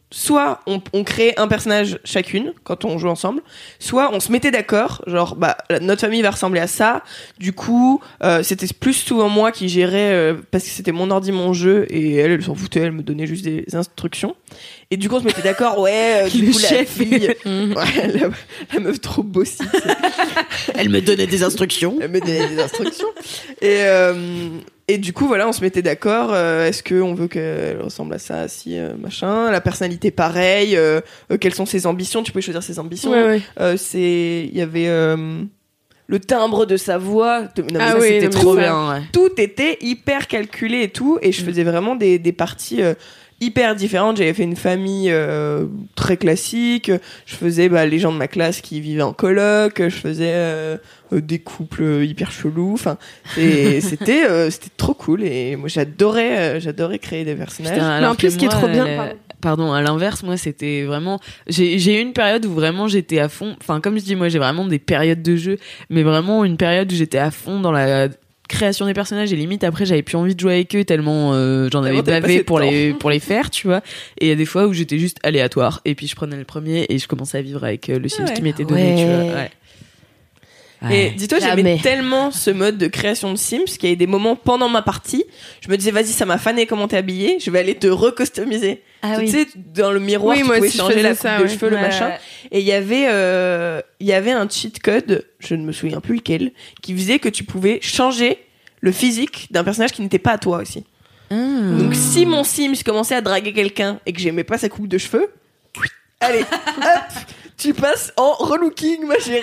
soit on, on créait un personnage chacune quand on joue ensemble, soit on se mettait d'accord, genre bah notre famille va ressembler à ça. Du coup, euh, c'était plus souvent moi qui gérais euh, parce que c'était mon ordi, mon jeu, et elle, elle s'en foutait, elle me donnait juste des instructions. Et du coup, on se mettait d'accord, ouais, euh, du Le coup la chef. fille, ouais, la, la meuf trop bossy. Elle me donnait des instructions. Elle me donnait des instructions. Et euh, Et du coup, voilà, on se mettait d'accord. Euh, est-ce qu'on veut qu'elle ressemble à ça, si euh, machin. La personnalité, pareil. Euh, euh, quelles sont ses ambitions? Tu pouvais choisir ses ambitions. Ouais, ouais. Euh, c'est, il y avait euh, le timbre de sa voix. Non, mais Ah ça, oui, c'était non, mais trop ça- bien. Ouais. Tout était hyper calculé et tout. Et je faisais vraiment des, des parties euh, hyper différentes. J'avais fait une famille euh, très classique. Je faisais bah, les gens de ma classe qui vivaient en coloc. Je faisais euh, euh, des couples hyper chelous. Enfin, et c'était euh, c'était trop cool. Et moi, j'adorais euh, j'adorais créer des personnages. Putain, alors en plus, que ce qui est moi, trop bien, la- pardon. Pardon, à l'inverse, moi, c'était vraiment. J'ai j'ai eu une période où vraiment j'étais à fond. Enfin, comme je dis, moi, j'ai vraiment des périodes de jeu, mais vraiment une période où j'étais à fond dans la création des personnages et limite après j'avais plus envie de jouer avec eux tellement euh, j'en avais Tellement t'avais bavé passé de pour temps. les pour les faire, tu vois. Et il y a des fois où j'étais juste aléatoire et puis je prenais le premier et je commençais à vivre avec euh, le Sims ouais. qui m'était donné, tu vois. Ouais. Et dis-toi, Jamais. j'aimais tellement ce mode de création de Sims qu'il y avait des moments pendant ma partie, je me disais, vas-y, ça m'a fané comment t'es habillé, je vais aller te recustomiser. Ah tu oui. sais, dans le miroir, Oui, tu moi pouvais aussi, je changer faisais la coupe ça, de ouais. cheveux, le Ouais, machin. ouais. Et il y avait, euh, il y avait un cheat code, je ne me souviens plus lequel, qui faisait que tu pouvais changer le physique d'un personnage qui n'était pas à toi aussi. Donc si mon Sims commençait à draguer quelqu'un et que j'aimais pas sa coupe de cheveux, allez, hop, tu passes en relooking, ma chérie.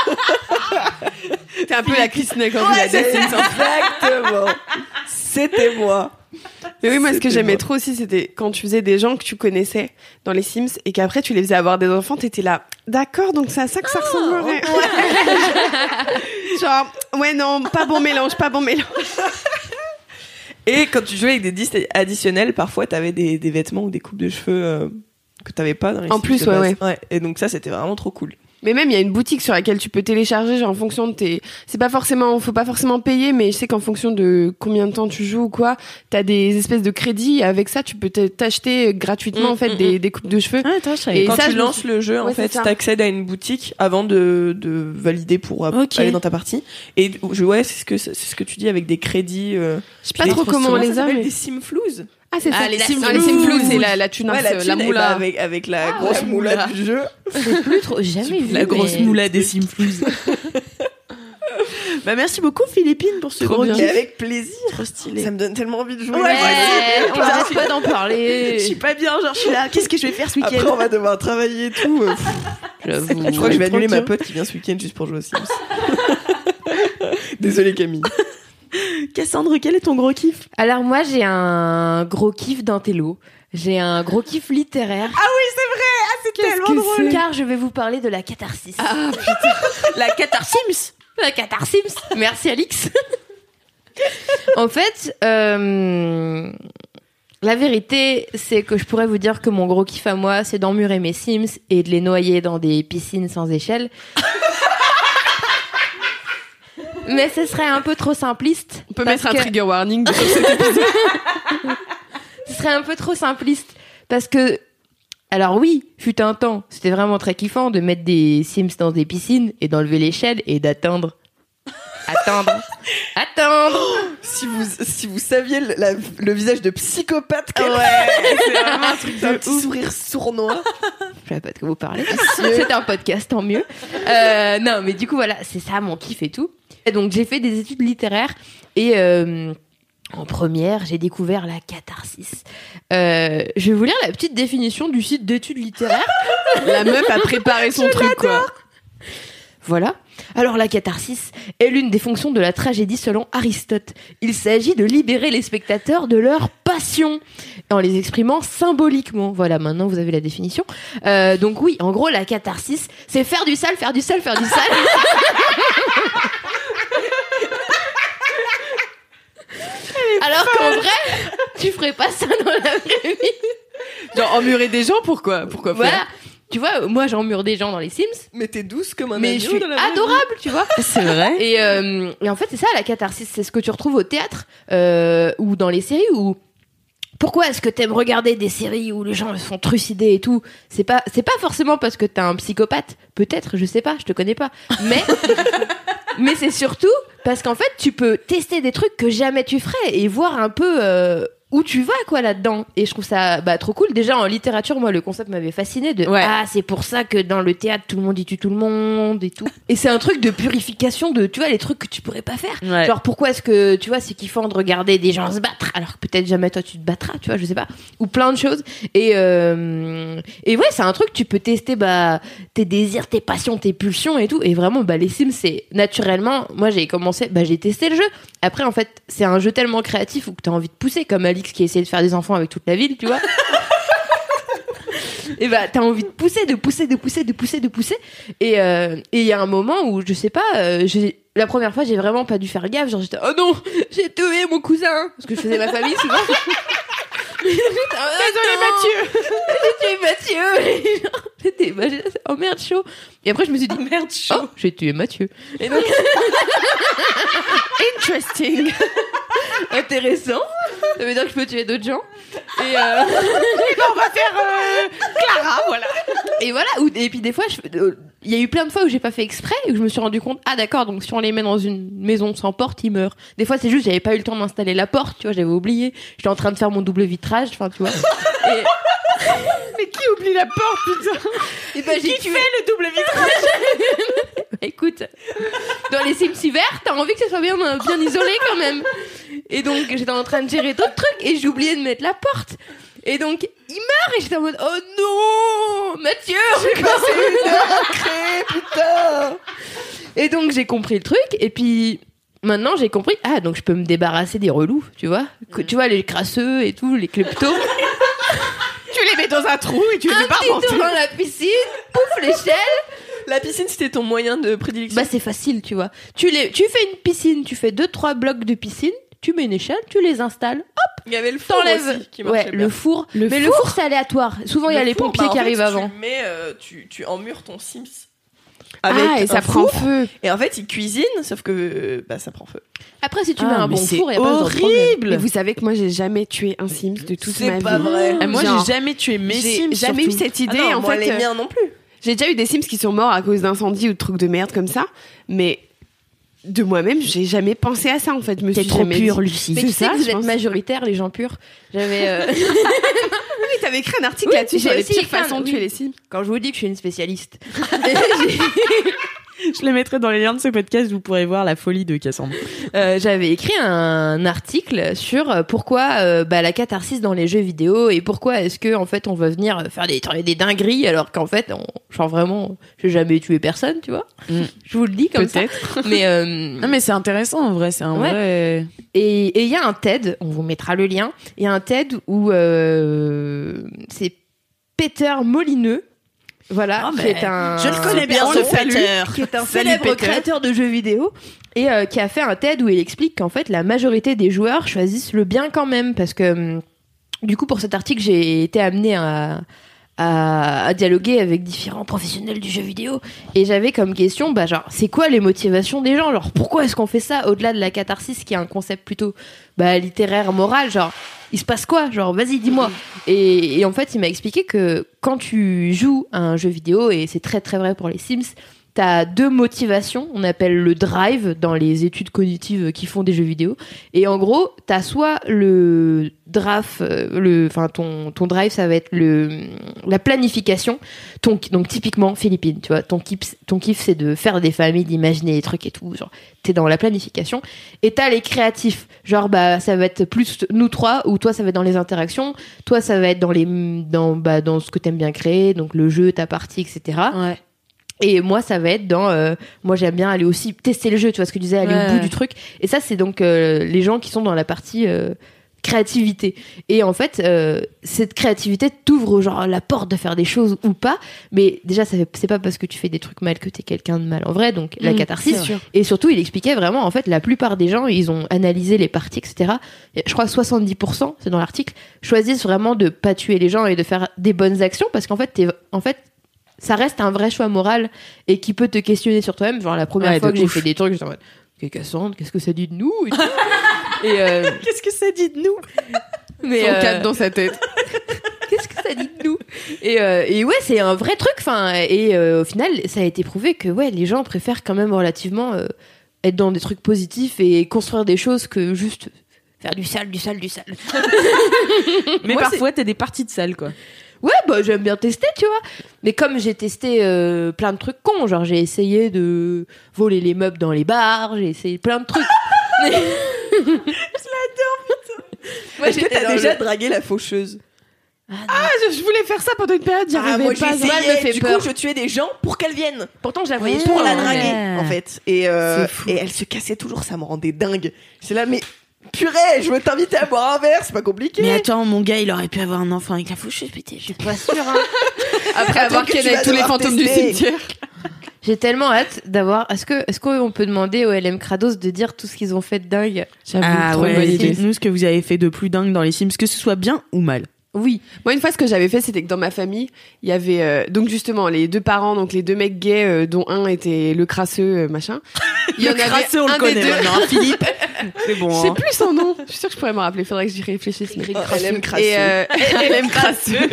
T'es un peu la Chris Neck en Ouais, fait, la c'est Destiny. exactement. C'était moi. Mais oui, moi, ce que C'était j'aimais moi. trop aussi, c'était quand tu faisais des gens que tu connaissais dans les Sims et qu'après tu les faisais avoir des enfants, t'étais là, d'accord, donc c'est à ça que ça ressemblerait. Genre, ouais, non, pas bon mélange, pas bon mélange. Et quand tu jouais avec des disques additionnels, parfois t'avais des, des vêtements ou des coupes de cheveux euh, que t'avais pas dans les En Sims plus, de ouais, base. ouais. Et donc ça, c'était vraiment trop cool. Mais même, il y a une boutique sur laquelle tu peux télécharger, genre en fonction de tes. C'est pas forcément, faut pas forcément payer, mais je sais qu'en fonction de combien de temps tu joues ou quoi, t'as des espèces de crédits. Et avec ça, tu peux t- t'acheter gratuitement Mm, en fait mm, des, des coupes de cheveux. Ah, attends, je savais Et Quand ça, tu je me lances suis- le jeu, en Ouais, fait, c'est ça. t'accèdes à une boutique avant de, de valider pour euh, Ok. aller dans ta partie. Et je, ouais, c'est ce que c'est ce que tu dis avec des crédits. Euh, Je sais pas des- trop comment on ça les a, s'appelle mais. des Simflouz. Ah, c'est Ah, ça. les La- Sims non, les Flous. Sims Flous, c'est la, la tunasse, Ouais, la, la, thune, eh moula. ben, avec avec la Ah, grosse ouais, moula moula. du jeu. Plus trop, jamais vu. La grosse mais- moula des Simflouz. Bah merci beaucoup Philippine pour ce Trop gros bien. kiff. Et avec plaisir. Trop stylé. Ça me donne tellement envie de jouer. Ouais, Ouais, on arrête pas d'en parler. Je suis pas bien, genre je suis là. Qu'est-ce que je vais faire ce week-end? Après, on va devoir travailler et tout. Euh, pff, J'avoue. je crois que je vais annuler ma tranquille. pote qui vient ce week-end juste pour jouer aux Sims. Désolée Camille. Cassandre, quel est ton gros kiff? Alors moi, j'ai un gros kiff d'intello. J'ai un gros kiff littéraire. Ah oui, c'est vrai. Ah, c'est tellement drôle. Car je vais vous parler de la catharsis. Ah putain. La catharsims. La catharsis. Merci Alix. En fait, euh, la vérité, c'est que je pourrais vous dire que mon gros kiff à moi, c'est d'emmurer mes Sims et de les noyer dans des piscines sans échelle. Mais ce serait un peu trop simpliste. On peut parce mettre un que- trigger warning sur cet épisode. Ce serait un peu trop simpliste. Parce que, alors oui, fut un temps, c'était vraiment très kiffant de mettre des Sims dans des piscines et d'enlever l'échelle et d'attendre. Attendre. Attendre. Si vous, si vous saviez le, la- le visage de psychopathe qu'elle C'est vraiment un truc c'est un de petit ouf. sourire sournois. Je savais pas de quoi vous parlez. C'est un podcast, tant mieux. Euh, non, mais du coup, voilà, c'est ça mon kiff et tout. Et donc, j'ai fait des études littéraires et euh, en première, j'ai découvert la catharsis. Euh, je vais vous lire la petite définition du site d'études littéraires. La meuf a préparé son truc, quoi. Voilà. Alors la catharsis est l'une des fonctions de la tragédie selon Aristote. Il s'agit de libérer les spectateurs de leur passion en les exprimant symboliquement. Voilà, maintenant vous avez la définition. Euh, donc oui, en gros la catharsis, c'est faire du sale, faire du sale, faire du sale. Alors qu'en vrai, tu ferais pas ça dans la vraie vie. Genre emmurer des gens, pourquoi Pourquoi faire Voilà. Tu vois, moi j'emmure des gens dans les Sims, Mais t'es douce comme un mais agneau je suis dans la vraie vie. adorable, tu vois. C'est vrai. Et, euh, et en fait, c'est ça la catharsis, c'est ce que tu retrouves au théâtre euh, ou dans les séries où pourquoi est-ce que t'aimes regarder des séries où les gens se font trucider et tout? C'est pas, c'est pas forcément parce que t'es un psychopathe. Peut-être, je sais pas, je te connais pas. Mais, mais c'est surtout parce qu'en fait, tu peux tester des trucs que jamais tu ferais et voir un peu euh, où tu vas, quoi, là-dedans. Et je trouve ça bah, trop cool. Déjà, en littérature, moi, le concept m'avait fasciné de Ouais. ah, c'est pour ça que dans le théâtre, tout le monde y tue tout le monde et tout. Et c'est un truc de purification de, tu vois, les trucs que tu pourrais pas faire. Ouais. Genre, pourquoi est-ce que, tu vois, c'est kiffant de regarder des gens se battre alors que peut-être jamais toi tu te battras, tu vois, je sais pas. Ou plein de choses. Et, euh, et ouais, c'est un truc, tu peux tester, bah, tes désirs, tes passions, tes pulsions et tout. Et vraiment, bah, les Sims, c'est naturellement, moi, j'ai commencé, bah, j'ai testé le jeu. Après, en fait, c'est un jeu tellement créatif où t'as envie de pousser, comme Alix qui essayait de faire des enfants avec toute la ville, tu vois. Et bah, t'as envie de pousser, de pousser, de pousser, de pousser, de pousser. Et euh, et il y a un moment où, je sais pas, euh, j'ai, la première fois, j'ai vraiment pas dû faire gaffe. Genre, j'étais, oh non, j'ai tué mon cousin. Parce que je faisais ma famille souvent. Désolé Mathieu. J'ai tué Mathieu. J'étais, bah, j'ai- oh merde, chaud. Et après, je me suis dit, Oh, merde, chaud. oh, j'ai tué Mathieu. Et donc, Interesting. intéressant. Ça veut dire que je peux tuer d'autres gens. Et euh... On va faire euh, Clara, voilà. Et voilà, ou- et puis des fois, je- euh, il y a eu plein de fois où j'ai pas fait exprès et où je me suis rendu compte, ah d'accord, donc si on les met dans une maison sans porte, ils meurent. Des fois, c'est juste, j'avais pas eu le temps d'installer la porte, tu vois, j'avais oublié. J'étais en train de faire mon double vitrage, enfin, tu vois. Et, Mais qui oublie la porte, putain? et ben, j'ai tué le double vitrage. Écoute, dans les Sims hiver, t'as envie que ça soit bien, euh, bien isolé quand même. Et donc, j'étais en train de gérer d'autres trucs et j'ai oublié de mettre la porte. Et donc, il meurt et j'étais en mode, oh non, Mathieu, j'ai passé une heure à créer, putain. Et donc, j'ai compris le truc et puis maintenant, j'ai compris, ah, donc je peux me débarrasser des relous, tu vois. Que, tu vois, les crasseux et tout, les kleptos. Tu les mets dans un trou et tu les Un fais pas petit remonter. tour dans la piscine, pouf, l'échelle. La piscine, c'était ton moyen de prédilection. Bah, c'est facile, tu vois. Tu, les, tu fais une piscine, tu fais deux, trois blocs de piscine, tu mets une échelle, tu les installes, hop, Il y avait le four t'enlèves. aussi qui marchait Ouais, bien. le four. Le Mais le four, c'est aléatoire. Souvent, il y a Le les four, pompiers bah, en qui fait, arrivent avant. Tu mets, euh, tu, tu emmures ton Sims. Ah, et ça un prend four. feu. Et en fait, il cuisine, sauf que euh, bah, ça prend feu. Après, si tu Ah, mets un mais bon c'est four, il y a pas besoin de problème. horrible. Mais vous savez que moi, j'ai jamais tué un Sims de toute C'est ma vie. pas vrai. Ah, moi, Genre, j'ai jamais tué mes j'ai Sims. jamais eu surtout. cette idée. Ah non, en moi, fait, les euh, miens non plus. j'ai déjà eu des Sims qui sont morts à cause d'incendies ou de trucs de merde comme ça, mais de moi-même, j'ai jamais pensé à ça en fait. Je me T'es suis trop jamais pure, dit- Lucie. Mais C'est tu sais ça, que vous je êtes pense. majoritaire, les gens purs. J'avais. euh, Oui, t'avais écrit un article Oui, là-dessus sur j'ai les aussi pires écrit un- façons de oui. tuer les Sims. Quand je vous dis que je suis une spécialiste. Je les mettrai dans les liens de ce podcast, vous pourrez voir la folie de Cassandre. Euh, j'avais écrit un article sur euh, pourquoi euh, bah, la catharsis dans les jeux vidéo et pourquoi est-ce que en fait on va venir faire des, des dingueries alors qu'en fait on, genre vraiment j'ai jamais tué personne, tu vois. Mm. Je vous le dis comme ça. Peut-être. Mais euh, Non, mais c'est intéressant en vrai, c'est un Ouais. vrai. et il y a un TED, on vous mettra le lien. Il y a un TED où euh, c'est Peter Molineux. Voilà, Oh, qui mais est un. je le connais bien, on ce le salue, Peter. qui est un Salut, célèbre Peter. créateur de jeux vidéo et euh, qui a fait un TED où il explique qu'en fait la majorité des joueurs choisissent le bien quand même parce que hum, du coup pour cet article j'ai été amenée à à, à dialoguer avec différents professionnels du jeu vidéo et j'avais comme question bah genre c'est quoi les motivations des gens, genre pourquoi est-ce qu'on fait ça au-delà de la catharsis qui est un concept plutôt bah littéraire moral, genre il se passe quoi, genre vas-y dis-moi. et, et en fait il m'a expliqué que quand tu joues à un jeu vidéo, et c'est très très vrai pour les Sims, t'as deux motivations, on appelle le drive dans les études cognitives qui font des jeux vidéo. Et en gros, t'as soit le draft, euh, le, enfin ton ton drive, ça va être le la planification. Ton, donc typiquement Philippines, tu vois, ton kiff, ton kiff c'est de faire des familles, d'imaginer des trucs et tout. Genre, t'es dans la planification. Et t'as les créatifs, genre bah ça va être plus nous trois, ou toi ça va être dans les interactions, toi ça va être dans les dans bah dans ce que t'aimes bien créer, donc le jeu, ta partie, et cetera. Ouais. Et moi, ça va être dans... Euh, moi, j'aime bien aller aussi tester le jeu, tu vois ce que tu disais, aller Ouais. au bout du truc. Et ça, c'est donc euh, les gens qui sont dans la partie euh, créativité. Et en fait, euh, cette créativité t'ouvre genre la porte de faire des choses ou pas. Mais déjà, ça fait, c'est pas parce que tu fais des trucs mal que t'es quelqu'un de mal en vrai. Donc, la Mmh, catharsis. c'est sûr. Et surtout, il expliquait vraiment, en fait, la plupart des gens, ils ont analysé les parties, et cetera. Et je crois que soixante-dix pour cent, c'est dans l'article, choisissent vraiment de pas tuer les gens et de faire des bonnes actions parce qu'en fait, t'es, en fait, ça reste un vrai choix moral et qui peut te questionner sur toi-même. Genre la première Ouais, fois de que j'ai ouf. fait des trucs, j'étais en mode, ok Cassandre, qu'est-ce que ça dit de nous et, tout. Et, euh, Qu'est-ce que ça dit de nous? Mais cent quatre euh, dans sa tête. Qu'est-ce que ça dit de nous et, euh, et ouais, c'est un vrai truc. Enfin, et euh, au final, ça a été prouvé que ouais, les gens préfèrent quand même relativement euh, être dans des trucs positifs et construire des choses que juste faire du sale, du sale, du sale. Mais Moi, parfois, t'as des parties de salle, quoi. Ouais, bah j'aime bien tester, tu vois. Mais comme j'ai testé euh, plein de trucs cons, genre j'ai essayé de voler les meubles dans les bars, j'ai essayé plein de trucs. Je l'adore, putain. Moi, Est-ce que j'étais t'as dans déjà le- dragué la faucheuse? Ah, je, je voulais faire ça pendant une période, j'y Ah, arrivais moi pas. j'ai Moi, elle me essayé, fait du peur. coup je tuais des gens pour qu'elle vienne. Pourtant, je la voyais Pour souvent, la hein, draguer, mais- en fait. Et, euh, C'est fou. et elle se cassait toujours, ça me rendait dingue. C'est là, mais purée, je veux t'inviter à boire un verre, c'est pas compliqué. Mais attends, mon gars, il aurait pu avoir un enfant avec la faucheuse, putain. Je suis Pas sûr, hein. Après Un avoir truc que tu qu'elle vas ait tous les devoir fantômes du tester. cimetière. J'ai tellement hâte d'avoir. Est-ce que, est-ce qu'on peut demander au L M Krados de dire tout ce qu'ils ont fait de dingue? J'avoue, Ah trop une ouais, bonne idée. dites-nous ce que vous avez fait de plus dingue dans les Sims, que ce soit bien ou mal. Oui. Moi, une fois, ce que j'avais fait, c'était que dans ma famille, il y avait euh, donc justement les deux parents, donc les deux mecs gays, euh, dont un était le crasseux, euh, machin. Il y en Le avait crasseux, on un le connaît des deux. maintenant, hein, Philippe. C'est bon. Je sais hein. plus son nom. Je suis sûre que je pourrais me rappeler. Faudrait que j'y réfléchisse. mais- Oh, elle aime crasseux. Et euh, elle aime crasseux.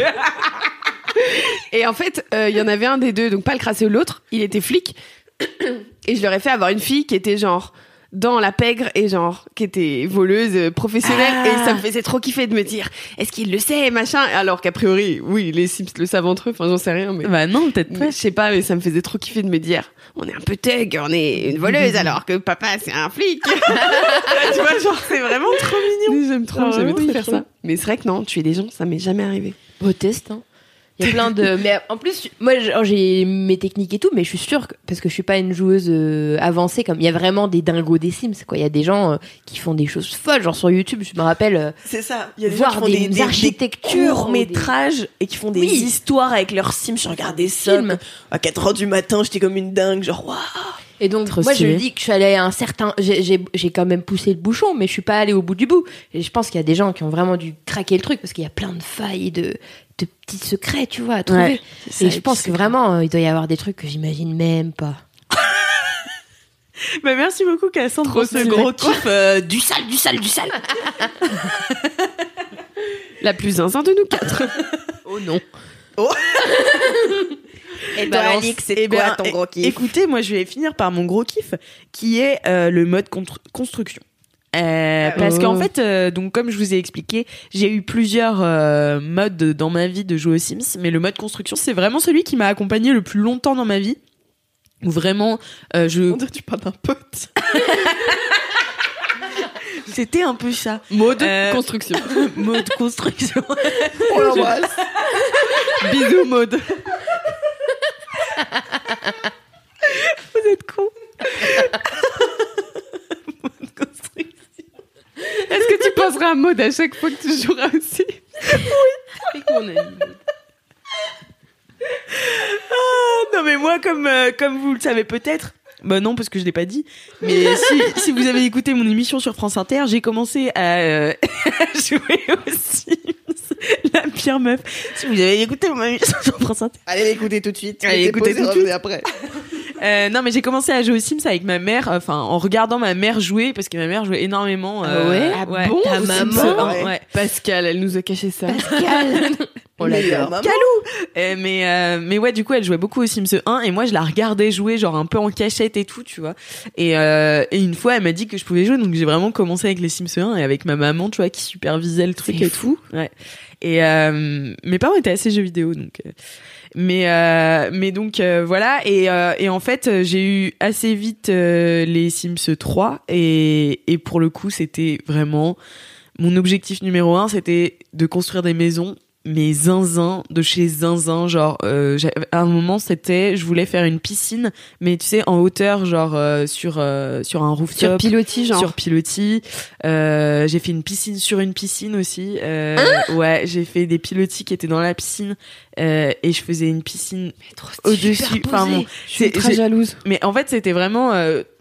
Et en fait, euh, il y en avait un des deux, donc pas le crasseux, l'autre. Il était flic. Et je leur ai fait avoir une fille qui était genre dans la pègre et genre qui était voleuse euh, professionnelle. Ah. Et ça me faisait trop kiffer de me dire, est-ce qu'il le sait, machin. Alors qu'a priori, oui, les Sims le savent entre eux. Enfin, j'en sais rien, mais. Bah non, peut-être Mais pas. je sais pas, mais ça me faisait trop kiffer de me dire, on est un peu thug, on est une voleuse alors que papa c'est un flic. Tu vois, genre c'est vraiment trop mignon. J'aime trop, Ah j'aimais oui, trop faire trop. ça. Mais c'est vrai que non, tuer des gens, ça m'est jamais arrivé. Beau test, hein. Il y a plein de. Mais en plus, moi, genre, j'ai mes techniques et tout, mais je suis sûre que, parce que je suis pas une joueuse euh, avancée, comme il y a vraiment des dingos des Sims, quoi. Il y a des gens euh, qui font des choses folles, genre sur YouTube, je me rappelle. euh, C'est ça. Il y a des Voir gens qui font des des, des, architectures, courts métrages et qui font des Oui. histoires avec leurs Sims. Je regardais Des ça films. à quatre heures du matin, j'étais comme une dingue, genre waouh. Et donc, Trop moi, je stylé. me dis que je suis allée à un certain. J'ai, j'ai, j'ai quand même poussé le bouchon, mais je suis pas allée au bout du bout. Et je pense qu'il y a des gens qui ont vraiment dû craquer le truc parce qu'il y a plein de failles, de, de petits secrets, tu vois, à trouver. Ouais, et je pense que vraiment, euh, il doit y avoir des trucs que j'imagine même pas. Bah merci beaucoup, Cassandre, Trop pour ce stylé. gros kiff euh, du sale, du sale, du sale. La plus zinzin de nous quatre. Oh non. Et Bah, toi, Alix, c'est eh quoi bien, ton gros kiff? Écoutez, moi, je vais finir par mon gros kiff, qui est euh, le mode contr- construction. Euh, parce Oh. qu'en fait, euh, donc comme je vous ai expliqué, j'ai eu plusieurs euh, modes dans ma vie de jouer aux Sims, mais le mode construction, c'est vraiment celui qui m'a accompagné le plus longtemps dans ma vie. Où vraiment, euh, je. On dirait que tu parles d'un pote. C'était un peu ça. Mode Euh, construction. Mode construction. On l'embrasse. Bisous mode. Vous êtes cons. Mode construction. Est-ce que tu penseras à mode à chaque fois que tu joueras aussi? Ah, non mais moi comme euh, comme vous le savez peut-être, bah non parce que je l'ai pas dit, mais si, si vous avez écouté mon émission sur France Inter, j'ai commencé à, euh, à jouer aux Sims, la pire meuf. Si vous avez écouté mon émission sur France Inter, Allez l'écouter tout de suite. Allez, Mettez écoutez pause et tout de revenez suite. après. euh, non mais j'ai commencé à jouer aux Sims avec ma mère, enfin en regardant ma mère jouer parce que ma mère jouait énormément. Ah ouais Ah ouais. bon, ta aux Sims maman un, Ouais. ouais. Pascal, elle nous a caché ça. Pascal. On l'adore. Maman. Euh, mais euh, mais ouais, du coup elle jouait beaucoup aux Sims un et moi je la regardais jouer genre un peu en cachette et tout, tu vois. Et euh, et une fois elle m'a dit que je pouvais jouer, donc j'ai vraiment commencé avec les Sims un et avec ma maman, tu vois, qui supervisait le truc C'est et tout. Ouais. Et euh, mes parents étaient assez jeux vidéo, donc. Euh, mais euh, mais donc euh, voilà et euh, et en fait euh, j'ai eu assez vite euh, les Sims trois et et pour le coup c'était vraiment mon objectif numéro un, c'était de construire des maisons, mais zinzin de chez zinzin, genre euh, j'ai- à un moment c'était je voulais faire une piscine, mais tu sais en hauteur, genre euh, sur euh, sur un rooftop, Sur pilotis, genre. sur pilotis. Euh, j'ai fait une piscine sur une piscine aussi. Euh, ouais, j'ai fait des pilotis qui étaient dans la piscine euh, et je faisais une piscine au-dessus. Enfin bon, Je suis c'est- très j'ai- jalouse. mais en fait, c'était vraiment euh,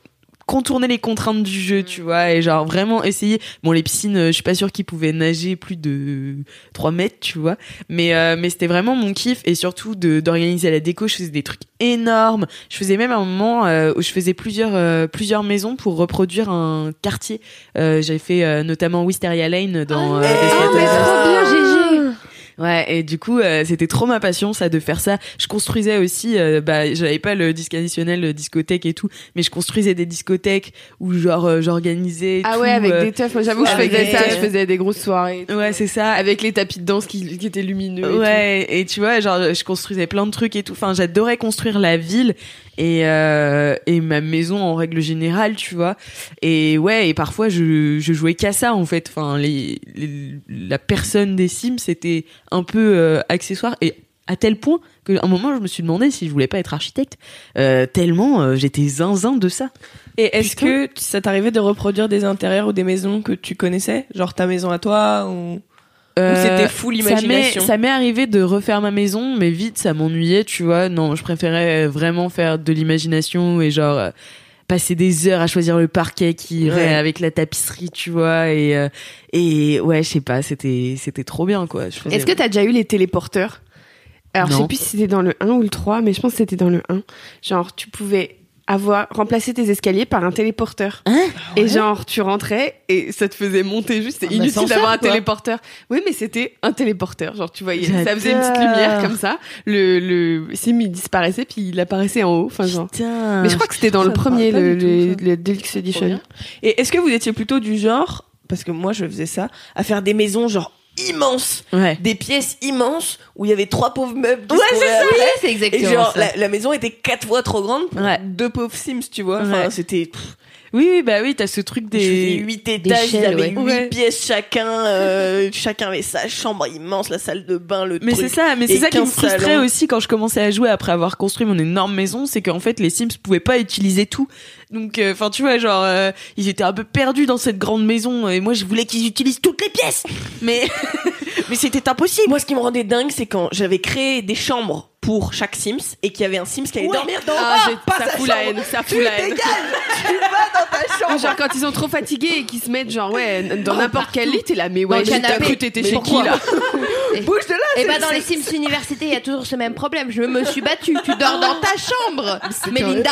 contourner les contraintes du jeu, tu vois, et genre vraiment essayer. Bon, les piscines, euh, je suis pas sûre qu'ils pouvaient nager plus de trois mètres, tu vois, mais euh, mais c'était vraiment mon kiff, et surtout de d'organiser la déco. Je faisais des trucs énormes. Je faisais même un moment euh, où je faisais plusieurs euh, plusieurs maisons pour reproduire un quartier. Euh, j'avais fait euh, notamment Wisteria Lane dans. Ah, euh, mais trop bien, G G. Ouais, et du coup, euh, c'était trop ma passion, ça, de faire ça. Je construisais aussi, euh, bah, j'avais pas le disque additionnel, le discothèque et tout, mais je construisais des discothèques où genre euh, j'organisais. Ah tout, ouais, avec euh, des teufs. Moi, j'avoue que je avec faisais des ça. teufs. Je faisais des grosses soirées. Ouais, c'est ça. Avec les tapis de danse qui, qui étaient lumineux. Et Ouais, et tu vois, genre, je construisais plein de trucs et tout. Enfin, j'adorais construire la ville et euh, et ma maison en règle générale, tu vois. Et ouais, et parfois je je jouais qu'à ça en fait. Enfin, les, les la personne des Sims c'était un peu euh, accessoire, et à tel point qu'à un moment je me suis demandé si je voulais pas être architecte, euh, tellement euh, j'étais zinzin de ça. Et est-ce que ça t'arrivait de reproduire des intérieurs ou des maisons que tu connaissais, genre ta maison à toi, ou Euh, Ou c'était full imagination? Ça m'est, ça m'est arrivé de refaire ma maison, mais vite, ça m'ennuyait, tu vois. Non, je préférais vraiment faire de l'imagination et genre euh, passer des heures à choisir le parquet qui irait Ouais. avec la tapisserie, tu vois. Et euh, et ouais, je sais pas, c'était c'était trop bien, quoi. Je faisais- Est-ce que t'as déjà eu les téléporteurs? Alors, je Non. sais plus si c'était dans le un ou le trois, mais je pense que c'était dans le un. Genre, tu pouvais avoir remplacé tes escaliers par un téléporteur. Hein? Et genre, tu rentrais et ça te faisait monter juste. C'est Un inutile ascenseur, d'avoir un quoi. téléporteur. Oui, mais c'était un téléporteur. Genre, tu voyais, ça J'adore. faisait une petite lumière comme ça. Le, le sim, il disparaissait puis il apparaissait en haut. Enfin, genre. Putain. Mais je crois que c'était dans Ça le me parle premier, pas le, du tout, le, ça. le Deluxe Edition. bien. Et est-ce que vous étiez plutôt du genre, parce que moi je faisais ça, à faire des maisons genre immenses, Ouais. des pièces immenses où il y avait trois pauvres meubles. qui Ouais, se c'est trouvaient ça. après. Ouais, c'est Et exactement genre ça. la, la maison était quatre fois trop grande pour Ouais. deux pauvres Sims, tu vois. Enfin, Ouais. c'était. pff, Oui, oui, bah oui, t'as ce truc Je faisais des. huit étages, il y échelles, avait ouais. huit Ouais. pièces chacun, euh, chacun avait sa chambre immense, la salle de bain, le Mais truc. c'est ça, mais c'est et ça qui me quinze frustrait salons. aussi quand je commençais à jouer après avoir construit mon énorme maison, c'est qu'en fait les Sims pouvaient pas utiliser tout. Donc, enfin, tu vois, genre, euh, ils étaient un peu perdus dans cette grande maison, et moi je voulais qu'ils utilisent toutes les pièces. Mais, mais c'était impossible. Moi, ce qui me rendait dingue, c'est quand j'avais créé des chambres pour chaque Sims et qu'il y avait un Sims qui allait Ouais. dormir dans Ah, ah, j'ai- pas ça sa fout la chambre. haine, ça Tu fout la haine. dégages, tu vas dans ta chambre. Genre, quand ils sont trop fatigués et qu'ils se mettent, genre, ouais, dans n'importe quel lit, t'es là, mais Dans ouais, le j'ai canapé. cru que t'étais Mais chez pourquoi qui, là? Bouge de là. Et c'est- bah dans c'est- les Sims Université, il y a toujours ce même problème. Je me suis battue. Tu dors dans ta chambre, Mélinda.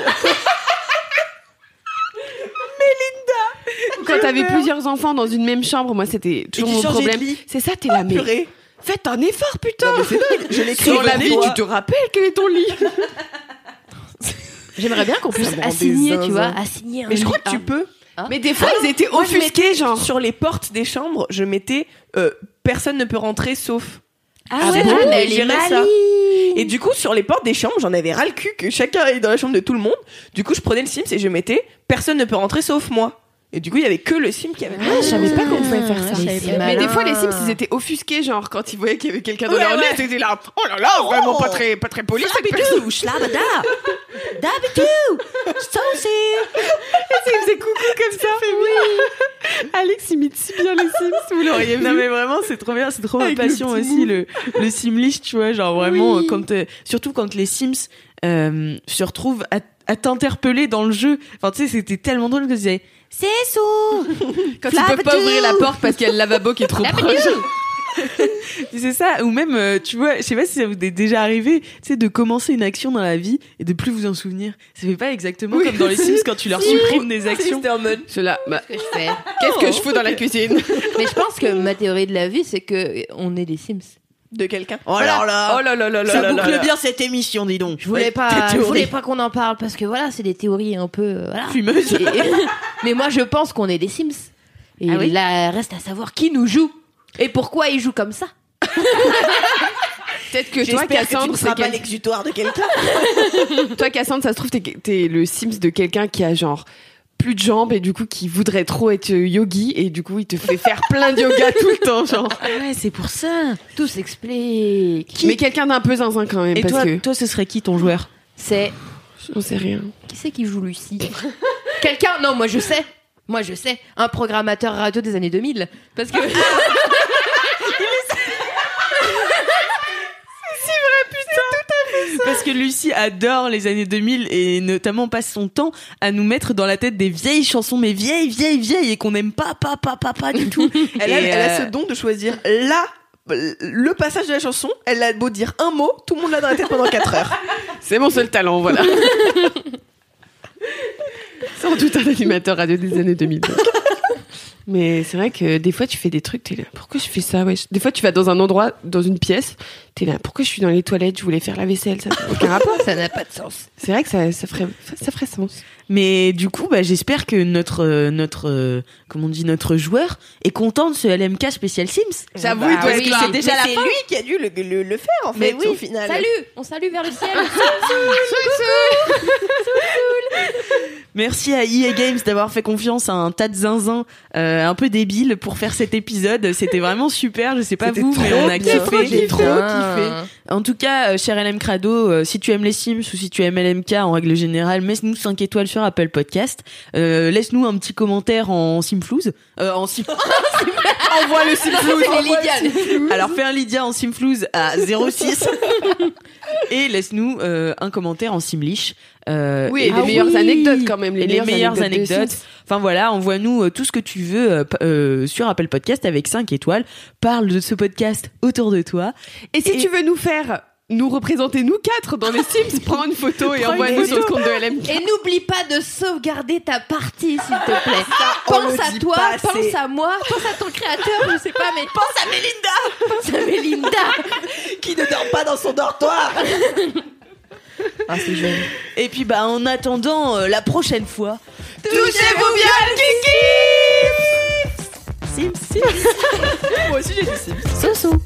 Quand t'avais plusieurs enfants dans une même chambre, moi, c'était toujours qui mon changeaient de problème. lit. C'est ça, t'es là, mais Purée. faites un effort, putain! Non, mais c'est dingue. Je l'ai créé Dans la pour vie, toi. tu te rappelles quel est ton lit? J'aimerais bien qu'on puisse Ça me rend des assigner, tu zinzins. vois, assigner un Mais je crois lit. que tu peux. Mais des fois, ils étaient Moi, je offusqués, mettais genre. sur les portes des chambres, je mettais euh, personne ne peut rentrer sauf. Ah ouais, ouais, bon, mais je elle est gérais ça. maligne. Et du coup, sur les portes des chambres, j'en avais ras le cul que chacun aille dans la chambre de tout le monde. Du coup, je prenais le Sims et je mettais personne ne peut rentrer sauf moi. Et du coup, il y avait que le Sim qui avait. Ah, je savais pas qu'on pouvait faire ça. Mais c'est Mais des malin. fois, les Sims, ils étaient offusqués, genre, quand ils voyaient qu'il y avait quelqu'un dans Ouais, leur lit, ouais. ils étaient là, oh là là, vraiment pas très, pas très poli, cette personne. Schlabada. Dabidou. Saucy. Ils faisaient coucou comme ça. Oui. Alex imite si bien les Sims, vous l'auriez vu. Non mais vraiment c'est trop bien, c'est trop ma Avec le passion petit aussi mou. le le Simlish, tu vois, genre vraiment Oui. quand euh, surtout quand les Sims euh, se retrouvent à, à t'interpeller dans le jeu. Enfin tu sais, c'était tellement drôle que je disais C'est sous. Quand ils peuvent pas ouvrir la porte parce qu'il y a le lavabo qui est trop proche. c'est ça, ou même euh, tu vois, je sais pas si ça vous est déjà arrivé, tu sais, de commencer une action dans la vie et de plus vous en souvenir. Ça fait pas exactement Oui. comme dans les Sims quand tu leur supprimes des actions. C'était en mode. Je suis là, bah, Que je fais. qu'est-ce que je fous dans la cuisine? Mais je pense que ma théorie de la vie, c'est que on est des Sims. De quelqu'un. Oh là là, Oh là là là là ça là boucle là. bien cette émission, dis donc. Je voulais Ouais, pas, ta je théorie. voulais pas qu'on en parle parce que voilà, c'est des théories un peu, euh, voilà. Fumeuse. Et- mais moi, je pense qu'on est des Sims. Et Ah oui là, reste à savoir qui nous joue et pourquoi ils jouent comme ça. Peut-être que toi, J'espère que tu Cassandre, ne c'est seras pas quel- l'exutoire de quelqu'un. toi, Cassandre, ça se trouve, t'es, t'es le Sims de quelqu'un qui a genre plus de jambes et du coup qui voudrait trop être yogi et du coup il te fait faire plein de yoga tout le temps, genre. Ah ouais, c'est pour ça. Tout s'explique. Mais quelqu'un d'un peu zinzin quand même, Et parce toi, que toi, ce serait qui ton joueur? C'est j'en sais rien. qui c'est qui joue Lucie? Quelqu'un? Non, moi je sais. Moi je sais. Un programmateur radio des années deux mille. Parce que. parce que Lucie adore les années deux mille et notamment passe son temps à nous mettre dans la tête des vieilles chansons, mais vieilles, vieilles, vieilles et qu'on n'aime pas, pas, pas, pas, pas du tout. Elle, a, Et, elle a euh, ce don de choisir là le passage de la chanson. Elle a beau dire un mot, tout le monde l'a dans la tête pendant quatre heures. C'est mon seul talent, voilà. Sans doute un animateur radio des années deux mille. Mais c'est vrai que des fois tu fais des trucs, t'es là, pourquoi je fais ça, ouais. Des fois tu vas dans un endroit, dans une pièce, t'es là, pourquoi je suis dans les toilettes, je voulais faire la vaisselle, ça n'a aucun rapport. Ça n'a pas de sens. C'est vrai que ça, ça ferait, ça ferait sens. Mais du coup, bah, j'espère que notre, euh, notre, euh, comment on dit, notre joueur est content de ce L M K spécial Sims. J'avoue, Bah il doit oui, être là. c'est déjà Mais la c'est fin. lui qui a dû le, le, le faire en fait Mais oui, au final. salut, on salue vers le ciel. Merci à E A Games d'avoir fait confiance à un tas de zinzins euh, un peu débiles pour faire cet épisode. C'était vraiment super. Je sais pas C'était vous, mais trop on a bien. kiffé. J'ai trop kiffé. En tout cas, euh, cher L M Crado, euh, si tu aimes les Sims ou si tu aimes L M K en règle générale, mets-nous cinq étoiles sur Apple Podcast. Euh, laisse-nous un petit commentaire en Simflouz. Euh, en Sim... Envoie le Simflouz. C'est Lydia. Alors fais un Lydia en Simflouz à zéro six et laisse-nous euh, un commentaire en Simlish. Euh, Oui, et les ah meilleures oui. anecdotes quand même. Les, Et les meilleures, meilleures anecdotes. de anecdotes. Sims. Enfin voilà, envoie-nous euh, tout ce que tu veux euh, p- euh, sur Apple Podcast avec cinq étoiles. Parle de ce podcast autour de toi. Et si Et- tu veux nous faire, nous représenter nous quatre dans les Sims, prends une photo et Prends une envoie-nous sur le photo. compte de L M K. Et n'oublie pas de sauvegarder ta partie, s'il te plaît. on Pense le à dit toi, pas assez. pense à moi, pense à ton créateur, je sais pas, mais pense à Mélinda. Pense à Mélinda. Qui ne dort pas dans son dortoir. Ah, c'est jeune. Et puis bah en attendant euh, la prochaine fois, Touchez-vous bien le kiki. Sims, Sims. Moi aussi j'ai dit Sims. Soso.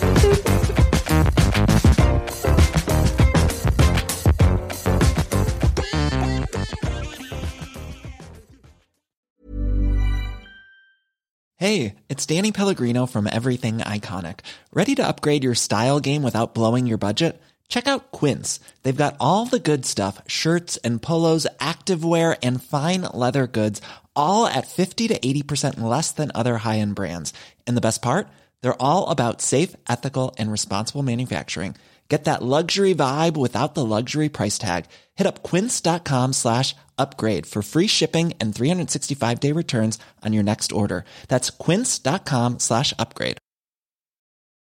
Hey, it's Danny Pellegrino from Everything Iconic. Ready to upgrade your style game without blowing your budget? Check out Quince. They've got all the good stuff, shirts and polos, activewear, and fine leather goods, all at fifty to eighty percent less than other high-end brands. And the best part? They're all about safe, ethical, and responsible manufacturing. Get that luxury vibe without the luxury price tag. Hit up quince.com slash upgrade for free shipping and three sixty-five day returns on your next order. That's quince.com slash upgrade.